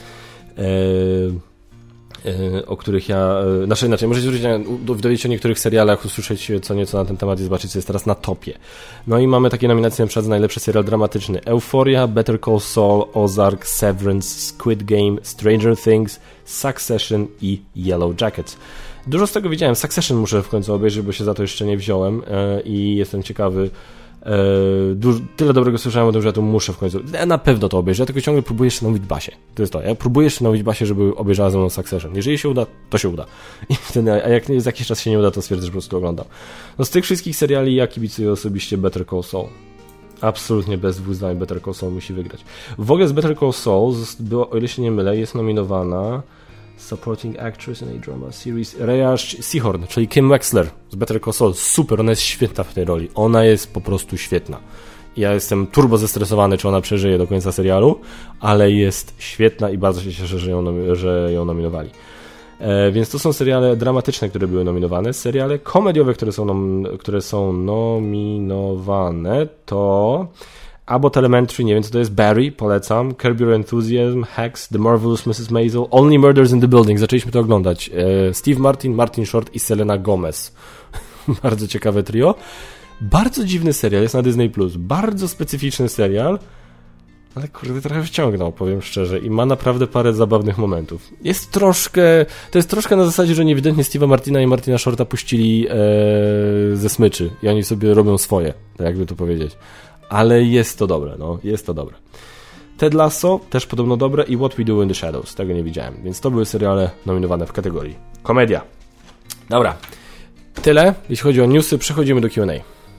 [SPEAKER 1] o których inaczej, możecie zwrócić, dowiedzieć się o niektórych serialach, usłyszeć co nieco na ten temat i zobaczyć, co jest teraz na topie. No i mamy takie nominacje na przykład za najlepszy serial dramatyczny: Euphoria, Better Call Saul, Ozark, Severance, Squid Game, Stranger Things, Succession i Yellow Jackets. Dużo z tego widziałem. Succession muszę w końcu obejrzeć, bo się za to jeszcze nie wziąłem i jestem ciekawy. Tyle dobrego słyszałem o tym, że ja to muszę w końcu. Ja na pewno to obejrzę, ja tylko ciągle próbuję jeszcze namówić Basię. To jest to. Ja próbuję jeszcze namówić Basię, żeby obejrzała ze mną Succession. Jeżeli się uda, to się uda. A jak za jakiś czas się nie uda, to stwierdzę, że po prostu oglądam. No z tych wszystkich seriali ja kibicuję osobiście Better Call Saul. Absolutnie bez dwóch zdań Better Call Saul musi wygrać. W ogóle z Better Call Saul, o ile się nie mylę, jest nominowana Supporting Actress in a Drama Series Rhea Seehorn, czyli Kim Wexler z Better Call Saul. Super, ona jest świetna w tej roli. Ona jest po prostu świetna. Ja jestem turbo zestresowany, czy ona przeżyje do końca serialu, ale jest świetna i bardzo się cieszę, że ją nominowali. Więc to są seriale dramatyczne, które były nominowane. Seriale komediowe, które są nominowane, to Abbott Elementary, nie wiem co to jest, Barry, polecam, Curb Your Enthusiasm, Hacks, The Marvelous Mrs. Maisel, Only Murders in the Building, zaczęliśmy to oglądać. Steve Martin, Martin Short i Selena Gomez. Bardzo ciekawe trio. Bardzo dziwny serial, jest na Disney+. Bardzo specyficzny serial, ale kurde, trochę wciągnął, powiem szczerze, i ma naprawdę parę zabawnych momentów. To jest troszkę na zasadzie, że ewidentnie Steve'a Martina i Martina Shorta puścili ze smyczy i oni sobie robią swoje, tak jakby to powiedzieć. Ale jest to dobre, jest to dobre. Ted Lasso, też podobno dobre, i What We Do in the Shadows, tego nie widziałem, więc to były seriale nominowane w kategorii komedia. Dobra, tyle, jeśli chodzi o newsy, przechodzimy do Q&A.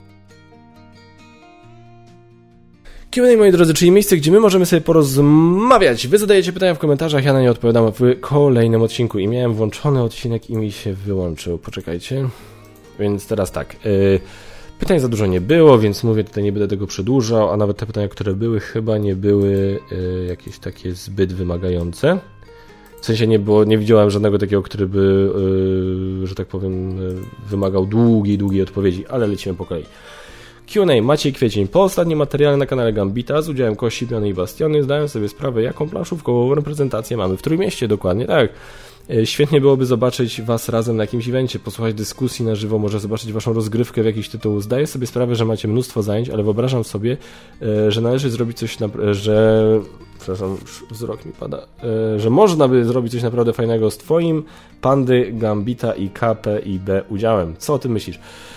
[SPEAKER 1] Q&A, moi drodzy, czyli miejsce, gdzie my możemy sobie porozmawiać. Wy zadajecie pytania w komentarzach, ja na nie odpowiadam w kolejnym odcinku. I miałem włączony odcinek i mi się wyłączył. Poczekajcie. Więc teraz tak. Pytań za dużo nie było, więc mówię, tutaj nie będę tego przedłużał, a nawet te pytania, które były, chyba nie były jakieś takie zbyt wymagające. W sensie nie widziałem żadnego takiego, który by, że tak powiem, wymagał długiej odpowiedzi, ale lecimy po kolei. Q&A, Maciej Kwiecień. Po ostatnim materiale na kanale Gambita z udziałem Kości, Piony i Bastiony zdałem sobie sprawę, jaką planszówkową reprezentację mamy w Trójmieście, dokładnie tak. Świetnie byłoby zobaczyć was razem na jakimś evencie, posłuchać dyskusji na żywo, może zobaczyć waszą rozgrywkę w jakiś tytuł. Zdaję sobie sprawę, że macie mnóstwo zajęć, ale wyobrażam sobie, że należy zrobić coś, przepraszam, wzrok mi pada, że można by zrobić coś naprawdę fajnego z twoim, Pandy, Gambita i KPIB udziałem. Co o tym myślisz?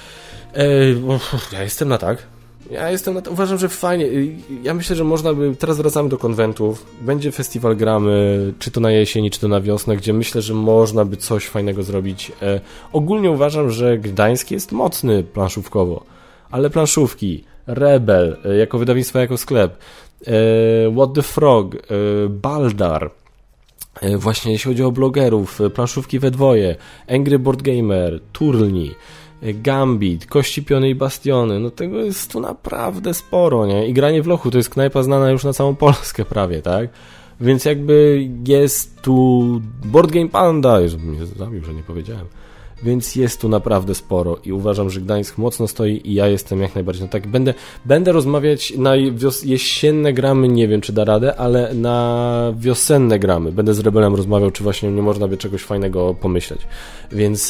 [SPEAKER 1] Ja jestem na tak. Uważam, że fajnie. Ja myślę, że można by... Teraz wracamy do konwentów. Będzie festiwal gramy, czy to na jesieni, czy to na wiosnę, gdzie myślę, że można by coś fajnego zrobić. Ogólnie uważam, że Gdańsk jest mocny planszówkowo. Ale planszówki, Rebel, jako wydawnictwo, jako sklep, What the Frog, Baldar, właśnie jeśli chodzi o blogerów, planszówki we dwoje, Angry Board Gamer, Turlni, Gambit, Kości, Piony i Bastiony, no tego jest tu naprawdę sporo, nie? I granie w lochu to jest knajpa znana już na całą Polskę prawie, tak? Więc jakby jest tu Board Game Panda, już mnie zabił, że nie powiedziałem, więc jest tu naprawdę sporo i uważam, że Gdańsk mocno stoi i ja jestem jak najbardziej, no tak, będę rozmawiać na jesienne gramy, nie wiem czy da radę, ale na wiosenne gramy, będę z Rebelem rozmawiał, czy właśnie nie można by czegoś fajnego pomyśleć, więc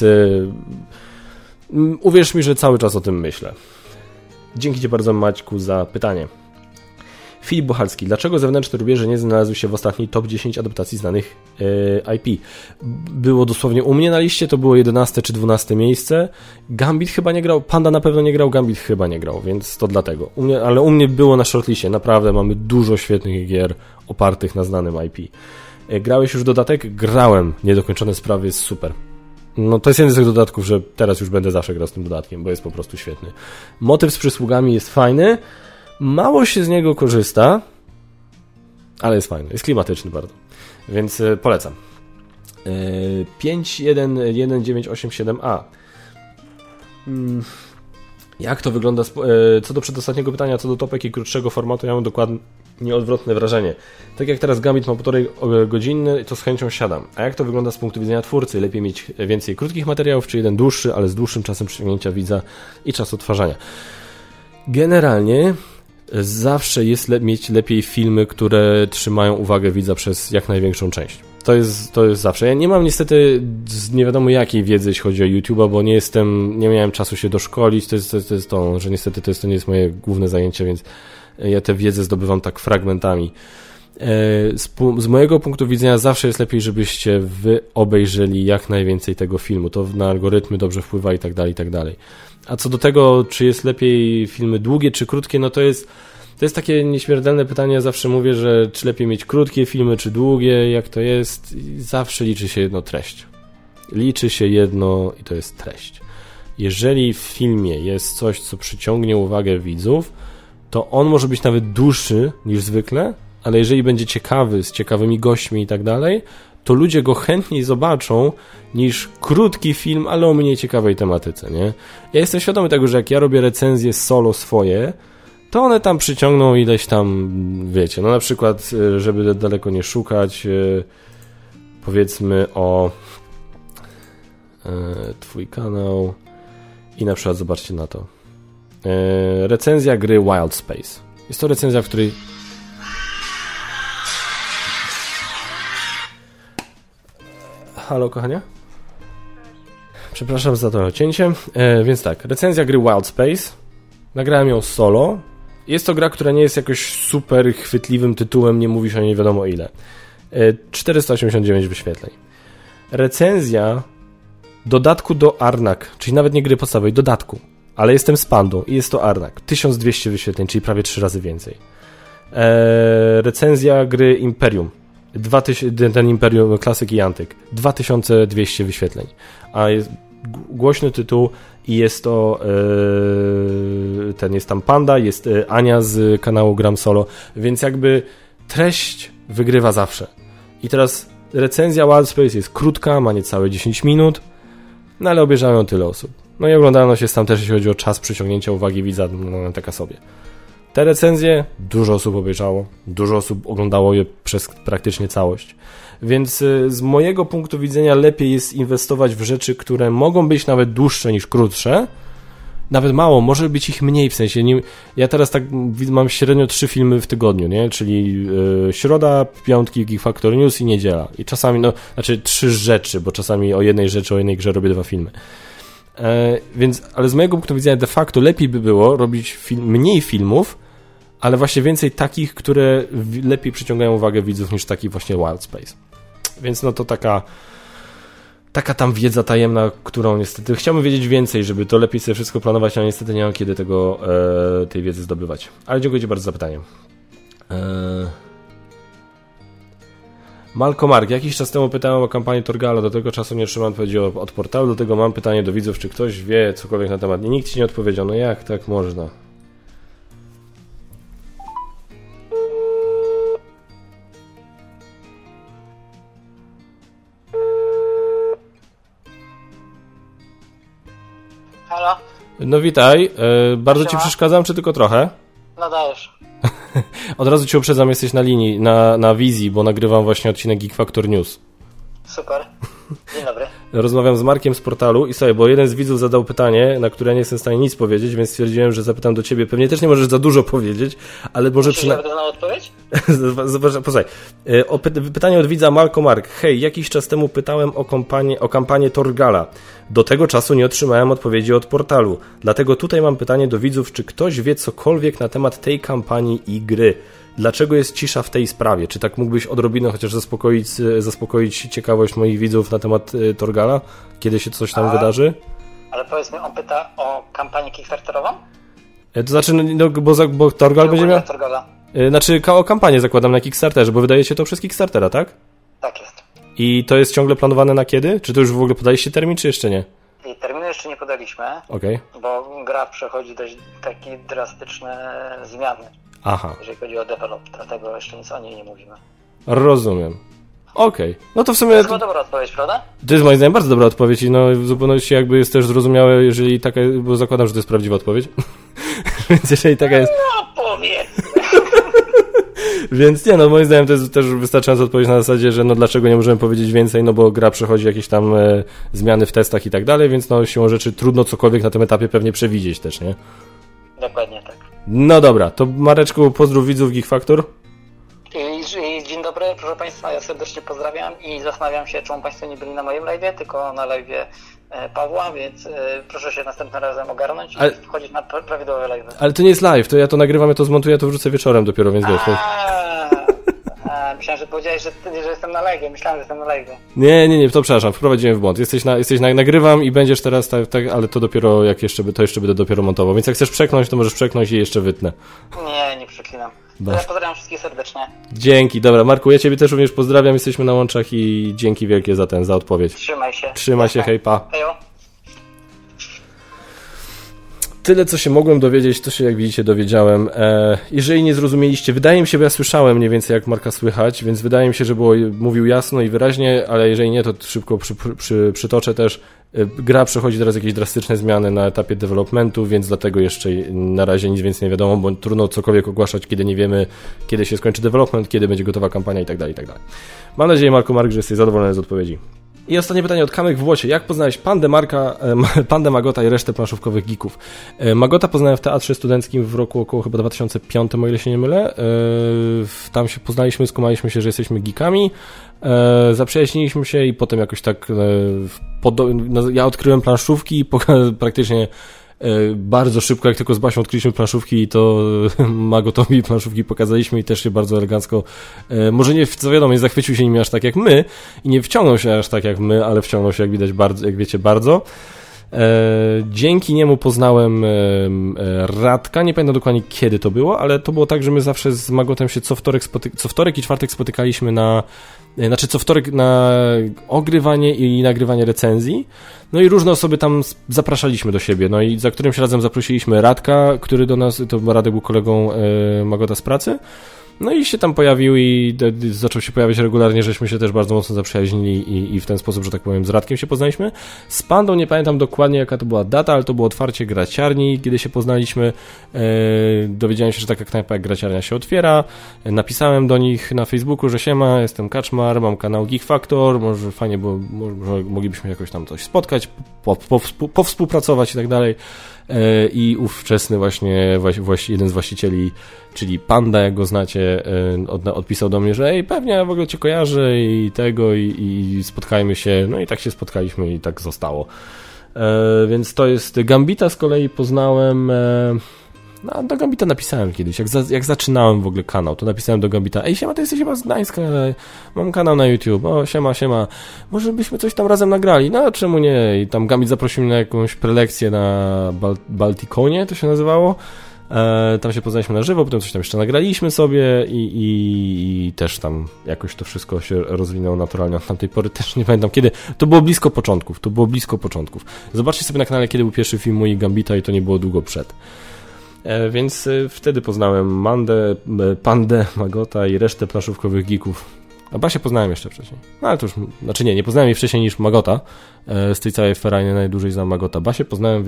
[SPEAKER 1] uwierz mi, że cały czas o tym myślę. Dzięki Ci bardzo, Maćku, za pytanie. Filip Bochalski. Dlaczego zewnętrzne rubieże nie znalazły się w ostatniej top 10 adaptacji znanych IP? Było dosłownie u mnie na liście, to było 11 czy 12 miejsce. Gambit chyba nie grał, Panda na pewno nie grał, Gambit chyba nie grał, więc to dlatego. Ale u mnie było na shortlistie. Naprawdę mamy dużo świetnych gier opartych na znanym IP. Grałeś już dodatek? Grałem. Niedokończone sprawy, jest super. No to jest jeden z tych dodatków, że teraz już będę zawsze grał z tym dodatkiem, bo jest po prostu świetny. Motyw z przysługami jest fajny, mało się z niego korzysta, ale jest fajny, jest klimatyczny bardzo, więc polecam. 5.1.1.9.8.7a. Jak to wygląda, co do przedostatniego pytania, co do topek i krótszego formatu, ja mam dokładnie odwrotne wrażenie. Tak jak teraz Gambit ma 1,5 godziny, to z chęcią siadam. A jak to wygląda z punktu widzenia twórcy? Lepiej mieć więcej krótkich materiałów, czy jeden dłuższy, ale z dłuższym czasem przyciągnięcia widza i czasu odtwarzania? Generalnie zawsze jest mieć lepiej filmy, które trzymają uwagę widza przez jak największą część. To jest zawsze. Ja nie mam niestety nie wiadomo jakiej wiedzy, jeśli chodzi o YouTube'a, bo nie miałem czasu się doszkolić. To jest to, że niestety to nie jest moje główne zajęcie, więc ja tę wiedzę zdobywam tak fragmentami. Z mojego punktu widzenia zawsze jest lepiej, żebyście wy obejrzeli jak najwięcej tego filmu. To na algorytmy dobrze wpływa i tak dalej. A co do tego, czy jest lepiej filmy długie czy krótkie, no to jest takie nieśmiertelne pytanie. Ja zawsze mówię, że czy lepiej mieć krótkie filmy, czy długie, jak to jest. I zawsze liczy się jedno treść. Liczy się jedno i to jest treść. Jeżeli w filmie jest coś, co przyciągnie uwagę widzów, to on może być nawet dłuższy niż zwykle, ale jeżeli będzie ciekawy, z ciekawymi gośćmi i tak dalej, to ludzie go chętniej zobaczą niż krótki film, ale o mniej ciekawej tematyce, nie? Ja jestem świadomy tego, że jak ja robię recenzje solo swoje, to one tam przyciągną ileś tam, wiecie, no na przykład, żeby daleko nie szukać, powiedzmy o twój kanał i na przykład zobaczcie na to. Recenzja gry Wild Space. Jest to recenzja, w której... Halo, kochanie? Przepraszam za to cięcie. Więc tak, recenzja gry Wild Space. Nagrałem ją solo. Jest to gra, która nie jest jakoś super chwytliwym tytułem, nie mówisz o niej nie wiadomo ile. 489 wyświetleń. Recenzja dodatku do Arnak, czyli nawet nie gry podstawowej, dodatku. Ale jestem z Pandą i jest to Arnak. 1200 wyświetleń, czyli prawie 3 razy więcej. Recenzja gry Imperium. Ten Imperium Klasyk i Antyk. 2200 wyświetleń. A jest głośny tytuł i jest to jest tam Panda, jest Ania z kanału Gram Solo, więc jakby treść wygrywa zawsze. I teraz recenzja Wild Space jest krótka, ma niecałe 10 minut, no ale obejrzało ją tyle osób. No i oglądalność jest tam też, jeśli chodzi o czas przyciągnięcia uwagi widza, no taka sobie. Te recenzje dużo osób obejrzało, dużo osób oglądało je przez praktycznie całość. Więc z mojego punktu widzenia lepiej jest inwestować w rzeczy, które mogą być nawet dłuższe niż krótsze. Nawet mało, może być ich mniej, w sensie ja teraz tak mam średnio 3 filmy w tygodniu, nie? Czyli środa, piątki, Geek Factor News i niedziela. I czasami, 3 rzeczy, bo czasami o jednej grze robię 2 filmy. Ale z mojego punktu widzenia de facto lepiej by było robić mniej filmów, ale właśnie więcej takich, które lepiej przyciągają uwagę widzów niż taki właśnie Wild Space. Więc no to taka tam wiedza tajemna, którą niestety chciałbym wiedzieć więcej, żeby to lepiej sobie wszystko planować, ale niestety nie mam kiedy tej wiedzy zdobywać. Ale dziękuję Ci bardzo za pytanie. Malko Mark, jakiś czas temu pytałem o kampanię Torgala, do tego czasu nie otrzymałem odpowiedzi od portalu, do tego mam pytanie do widzów, czy ktoś wie cokolwiek na temat. Nikt Ci nie odpowiedział, no jak tak można?
[SPEAKER 2] Halo?
[SPEAKER 1] No witaj, bardzo Ci przeszkadzam, czy tylko trochę?
[SPEAKER 2] No dajesz.
[SPEAKER 1] Od razu Cię uprzedzam, jesteś na linii, na wizji, bo nagrywam właśnie odcinek Geek Factor News.
[SPEAKER 2] Super. Dzień dobry.
[SPEAKER 1] Rozmawiam z Markiem z portalu i sobie, bo jeden z widzów zadał pytanie, na które nie jestem w stanie nic powiedzieć, więc stwierdziłem, że zapytam do Ciebie. Pewnie też nie możesz za dużo powiedzieć, ale może
[SPEAKER 2] przynajmniej... Czy odpowiedź?
[SPEAKER 1] Posłuchaj. Pytanie od widza Malko Mark. Hej, jakiś czas temu pytałem o kampanię Torgala. Do tego czasu nie otrzymałem odpowiedzi od portalu. Dlatego tutaj mam pytanie do widzów, czy ktoś wie cokolwiek na temat tej kampanii i gry. Dlaczego jest cisza w tej sprawie? Czy tak mógłbyś odrobinę chociaż zaspokoić ciekawość moich widzów na temat Torgala? Kiedy się coś tam wydarzy?
[SPEAKER 2] Ale powiedz mi, on pyta o kampanię kickstarterową?
[SPEAKER 1] To znaczy, bo Torgal będzie miał...
[SPEAKER 2] Torgala.
[SPEAKER 1] Znaczy o kampanię zakładam na Kickstarterze, bo wydaje się to przez Kickstartera, tak?
[SPEAKER 2] Tak jest.
[SPEAKER 1] I to jest ciągle planowane na kiedy? Czy to już w ogóle podaliście termin, czy jeszcze nie?
[SPEAKER 2] I terminu jeszcze nie podaliśmy, bo gra przechodzi dość takie drastyczne zmiany.
[SPEAKER 1] Aha.
[SPEAKER 2] Jeżeli chodzi o develop, dlatego jeszcze nic o niej nie mówimy.
[SPEAKER 1] Rozumiem. Okej. No to w sumie...
[SPEAKER 2] To jest dobra odpowiedź, prawda?
[SPEAKER 1] To jest moim zdaniem bardzo dobra odpowiedź i no w zupełności jakby jest też zrozumiałe, jeżeli taka, bo zakładam, że to jest prawdziwa odpowiedź. Więc jeżeli taka jest...
[SPEAKER 2] No powiedzmy.
[SPEAKER 1] Więc nie, no moim zdaniem to jest też wystarczająca odpowiedź na zasadzie, że no dlaczego nie możemy powiedzieć więcej, no bo gra przechodzi jakieś tam zmiany w testach i tak dalej, więc no siłą rzeczy trudno cokolwiek na tym etapie pewnie przewidzieć też, nie?
[SPEAKER 2] Dokładnie tak.
[SPEAKER 1] No dobra, to Mareczku, pozdrów widzów Geek Factor.
[SPEAKER 2] Dzień dobry, proszę Państwa, ja serdecznie pozdrawiam i zastanawiam się, czemu Państwo nie byli na moim live'ie, tylko na live'ie Pawła, więc proszę się następnym razem ogarnąć i wchodzić na prawidłowe live'y. Ale
[SPEAKER 1] to nie jest live, to ja to nagrywam, ja to zmontuję, ja to wrzucę wieczorem dopiero, więc wiesz.
[SPEAKER 2] Myślałem, że powiedziałeś, że jestem na live'ie, myślałem, że jestem na live'ie.
[SPEAKER 1] Nie, to przepraszam, wprowadziłem w błąd. Nagrywam i będziesz teraz tak, ale to dopiero, to jeszcze będę dopiero montował, więc jak chcesz przeknąć, to możesz przeknąć i jeszcze wytnę. Nie
[SPEAKER 2] przeklinam. Ja pozdrawiam wszystkich serdecznie.
[SPEAKER 1] Dzięki, dobra, Marku, ja Ciebie też również pozdrawiam, jesteśmy na łączach i dzięki wielkie za odpowiedź.
[SPEAKER 2] Trzymaj się,
[SPEAKER 1] hej, pa.
[SPEAKER 2] Hejo.
[SPEAKER 1] Tyle, co się mogłem dowiedzieć, to się, jak widzicie, dowiedziałem. Jeżeli nie zrozumieliście, wydaje mi się, bo ja słyszałem mniej więcej, jak Marka słychać, więc wydaje mi się, że mówił jasno i wyraźnie, ale jeżeli nie, to szybko przytoczę też. Gra przechodzi teraz jakieś drastyczne zmiany na etapie developmentu, więc dlatego jeszcze na razie nic więcej nie wiadomo, bo trudno cokolwiek ogłaszać, kiedy nie wiemy, kiedy się skończy development, kiedy będzie gotowa kampania i tak dalej, i tak dalej. Mam nadzieję, Marku Mark, że jesteś zadowolony z odpowiedzi. I ostatnie pytanie od Kamek w Łocie. Jak poznałeś Pandę Magota i resztę planszówkowych geeków? Magota poznałem w Teatrze Studenckim w roku około chyba 2005, o ile się nie mylę. Tam się poznaliśmy, skumaliśmy się, że jesteśmy geekami. Zaprzyjaźniliśmy się i potem jakoś tak ja odkryłem planszówki i praktycznie bardzo szybko, jak tylko z Basią odkryliśmy planszówki, to Magotowi planszówki pokazaliśmy i też się bardzo elegancko, może nie, co wiadomo, nie zachwycił się nimi aż tak jak my i nie wciągnął się aż tak jak my, ale wciągnął się, jak widać, bardzo, jak wiecie, bardzo. Dzięki niemu poznałem Radka, nie pamiętam dokładnie kiedy to było, ale to było tak, że my zawsze z Magotem się co wtorek i czwartek spotykaliśmy co wtorek na ogrywanie i nagrywanie recenzji, no i różne osoby tam zapraszaliśmy do siebie, no i za którymś razem zaprosiliśmy Radka, który do nas, to Radek był kolegą Magota z pracy, no i się tam pojawił i zaczął się pojawiać regularnie, żeśmy się też bardzo mocno zaprzyjaźnili i w ten sposób, że tak powiem, z Radkiem się poznaliśmy. Z Pandą nie pamiętam dokładnie, jaka to była data, ale to było otwarcie graciarni, kiedy się poznaliśmy. Dowiedziałem się, że taka knajpa jak graciarnia się otwiera. Napisałem do nich na Facebooku, że siema, jestem Kaczmar, mam kanał Geek Factor, może fajnie, bo może moglibyśmy jakoś tam coś spotkać, powspółpracować i tak dalej. I ówczesny właśnie jeden z właścicieli, czyli Panda, jak go znacie, odpisał do mnie, że pewnie ja w ogóle cię kojarzę i tego i spotkajmy się, no i tak się spotkaliśmy i tak zostało. Więc to jest Gambita, z kolei poznałem, no do Gambita napisałem kiedyś, jak zaczynałem w ogóle kanał, to napisałem do Gambita, siema, ty jesteś chyba z Gdańska, mam kanał na YouTube, siema, może byśmy coś tam razem nagrali, no czemu nie, i tam Gambit zaprosił mnie na jakąś prelekcję na Baltikonie, to się nazywało, tam się poznaliśmy na żywo, potem coś tam jeszcze nagraliśmy sobie i też tam jakoś to wszystko się rozwinęło naturalnie od tamtej pory, też nie pamiętam kiedy, to było blisko początków. Zobaczcie sobie na kanale, kiedy był pierwszy film mój Gambita i to nie było długo przed. Więc wtedy poznałem Pandę, Magota i resztę planszówkowych geeków. A Basię poznałem jeszcze wcześniej. No ale to już, znaczy nie poznałem jej wcześniej niż Magota. Z tej całej ferajny najdłużej znam Magota. Basię poznałem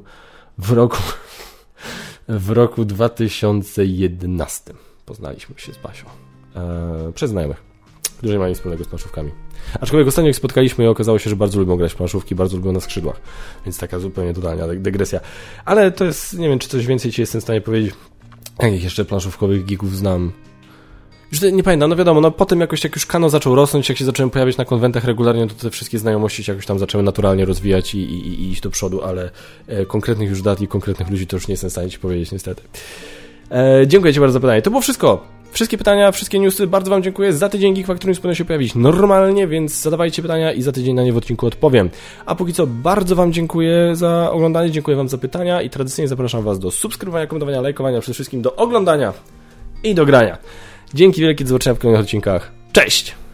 [SPEAKER 1] w roku 2011. Poznaliśmy się z Basią. Przez znajomych, którzy nie mają nic wspólnego z planszówkami. Aczkolwiek ostatnio jak spotkaliśmy i okazało się, że bardzo lubią grać w planszówki, bardzo lubią na skrzydłach. Więc taka zupełnie totalna dygresja. Ale to jest, nie wiem, czy coś więcej ci jestem w stanie powiedzieć. Jakich jeszcze planszówkowych geeków znam? Już nie pamiętam, no wiadomo, no potem jakoś jak już kanał zaczął rosnąć, jak się zacząłem pojawiać na konwentach regularnie, to te wszystkie znajomości się jakoś tam zaczęły naturalnie rozwijać i iść do przodu, ale konkretnych już dat i konkretnych ludzi to już nie jestem w stanie ci powiedzieć niestety. Dziękuję ci bardzo za pytanie. To było wszystko. Wszystkie pytania, wszystkie newsy, bardzo wam dziękuję. Za tydzień Geek Factor News powinno się pojawić normalnie, więc zadawajcie pytania i za tydzień na nie w odcinku odpowiem. A póki co bardzo wam dziękuję za oglądanie, dziękuję wam za pytania i tradycyjnie zapraszam was do subskrybowania, komentowania, lajkowania, przede wszystkim do oglądania i do grania. Dzięki wielkie, do zobaczenia w kolejnych odcinkach. Cześć!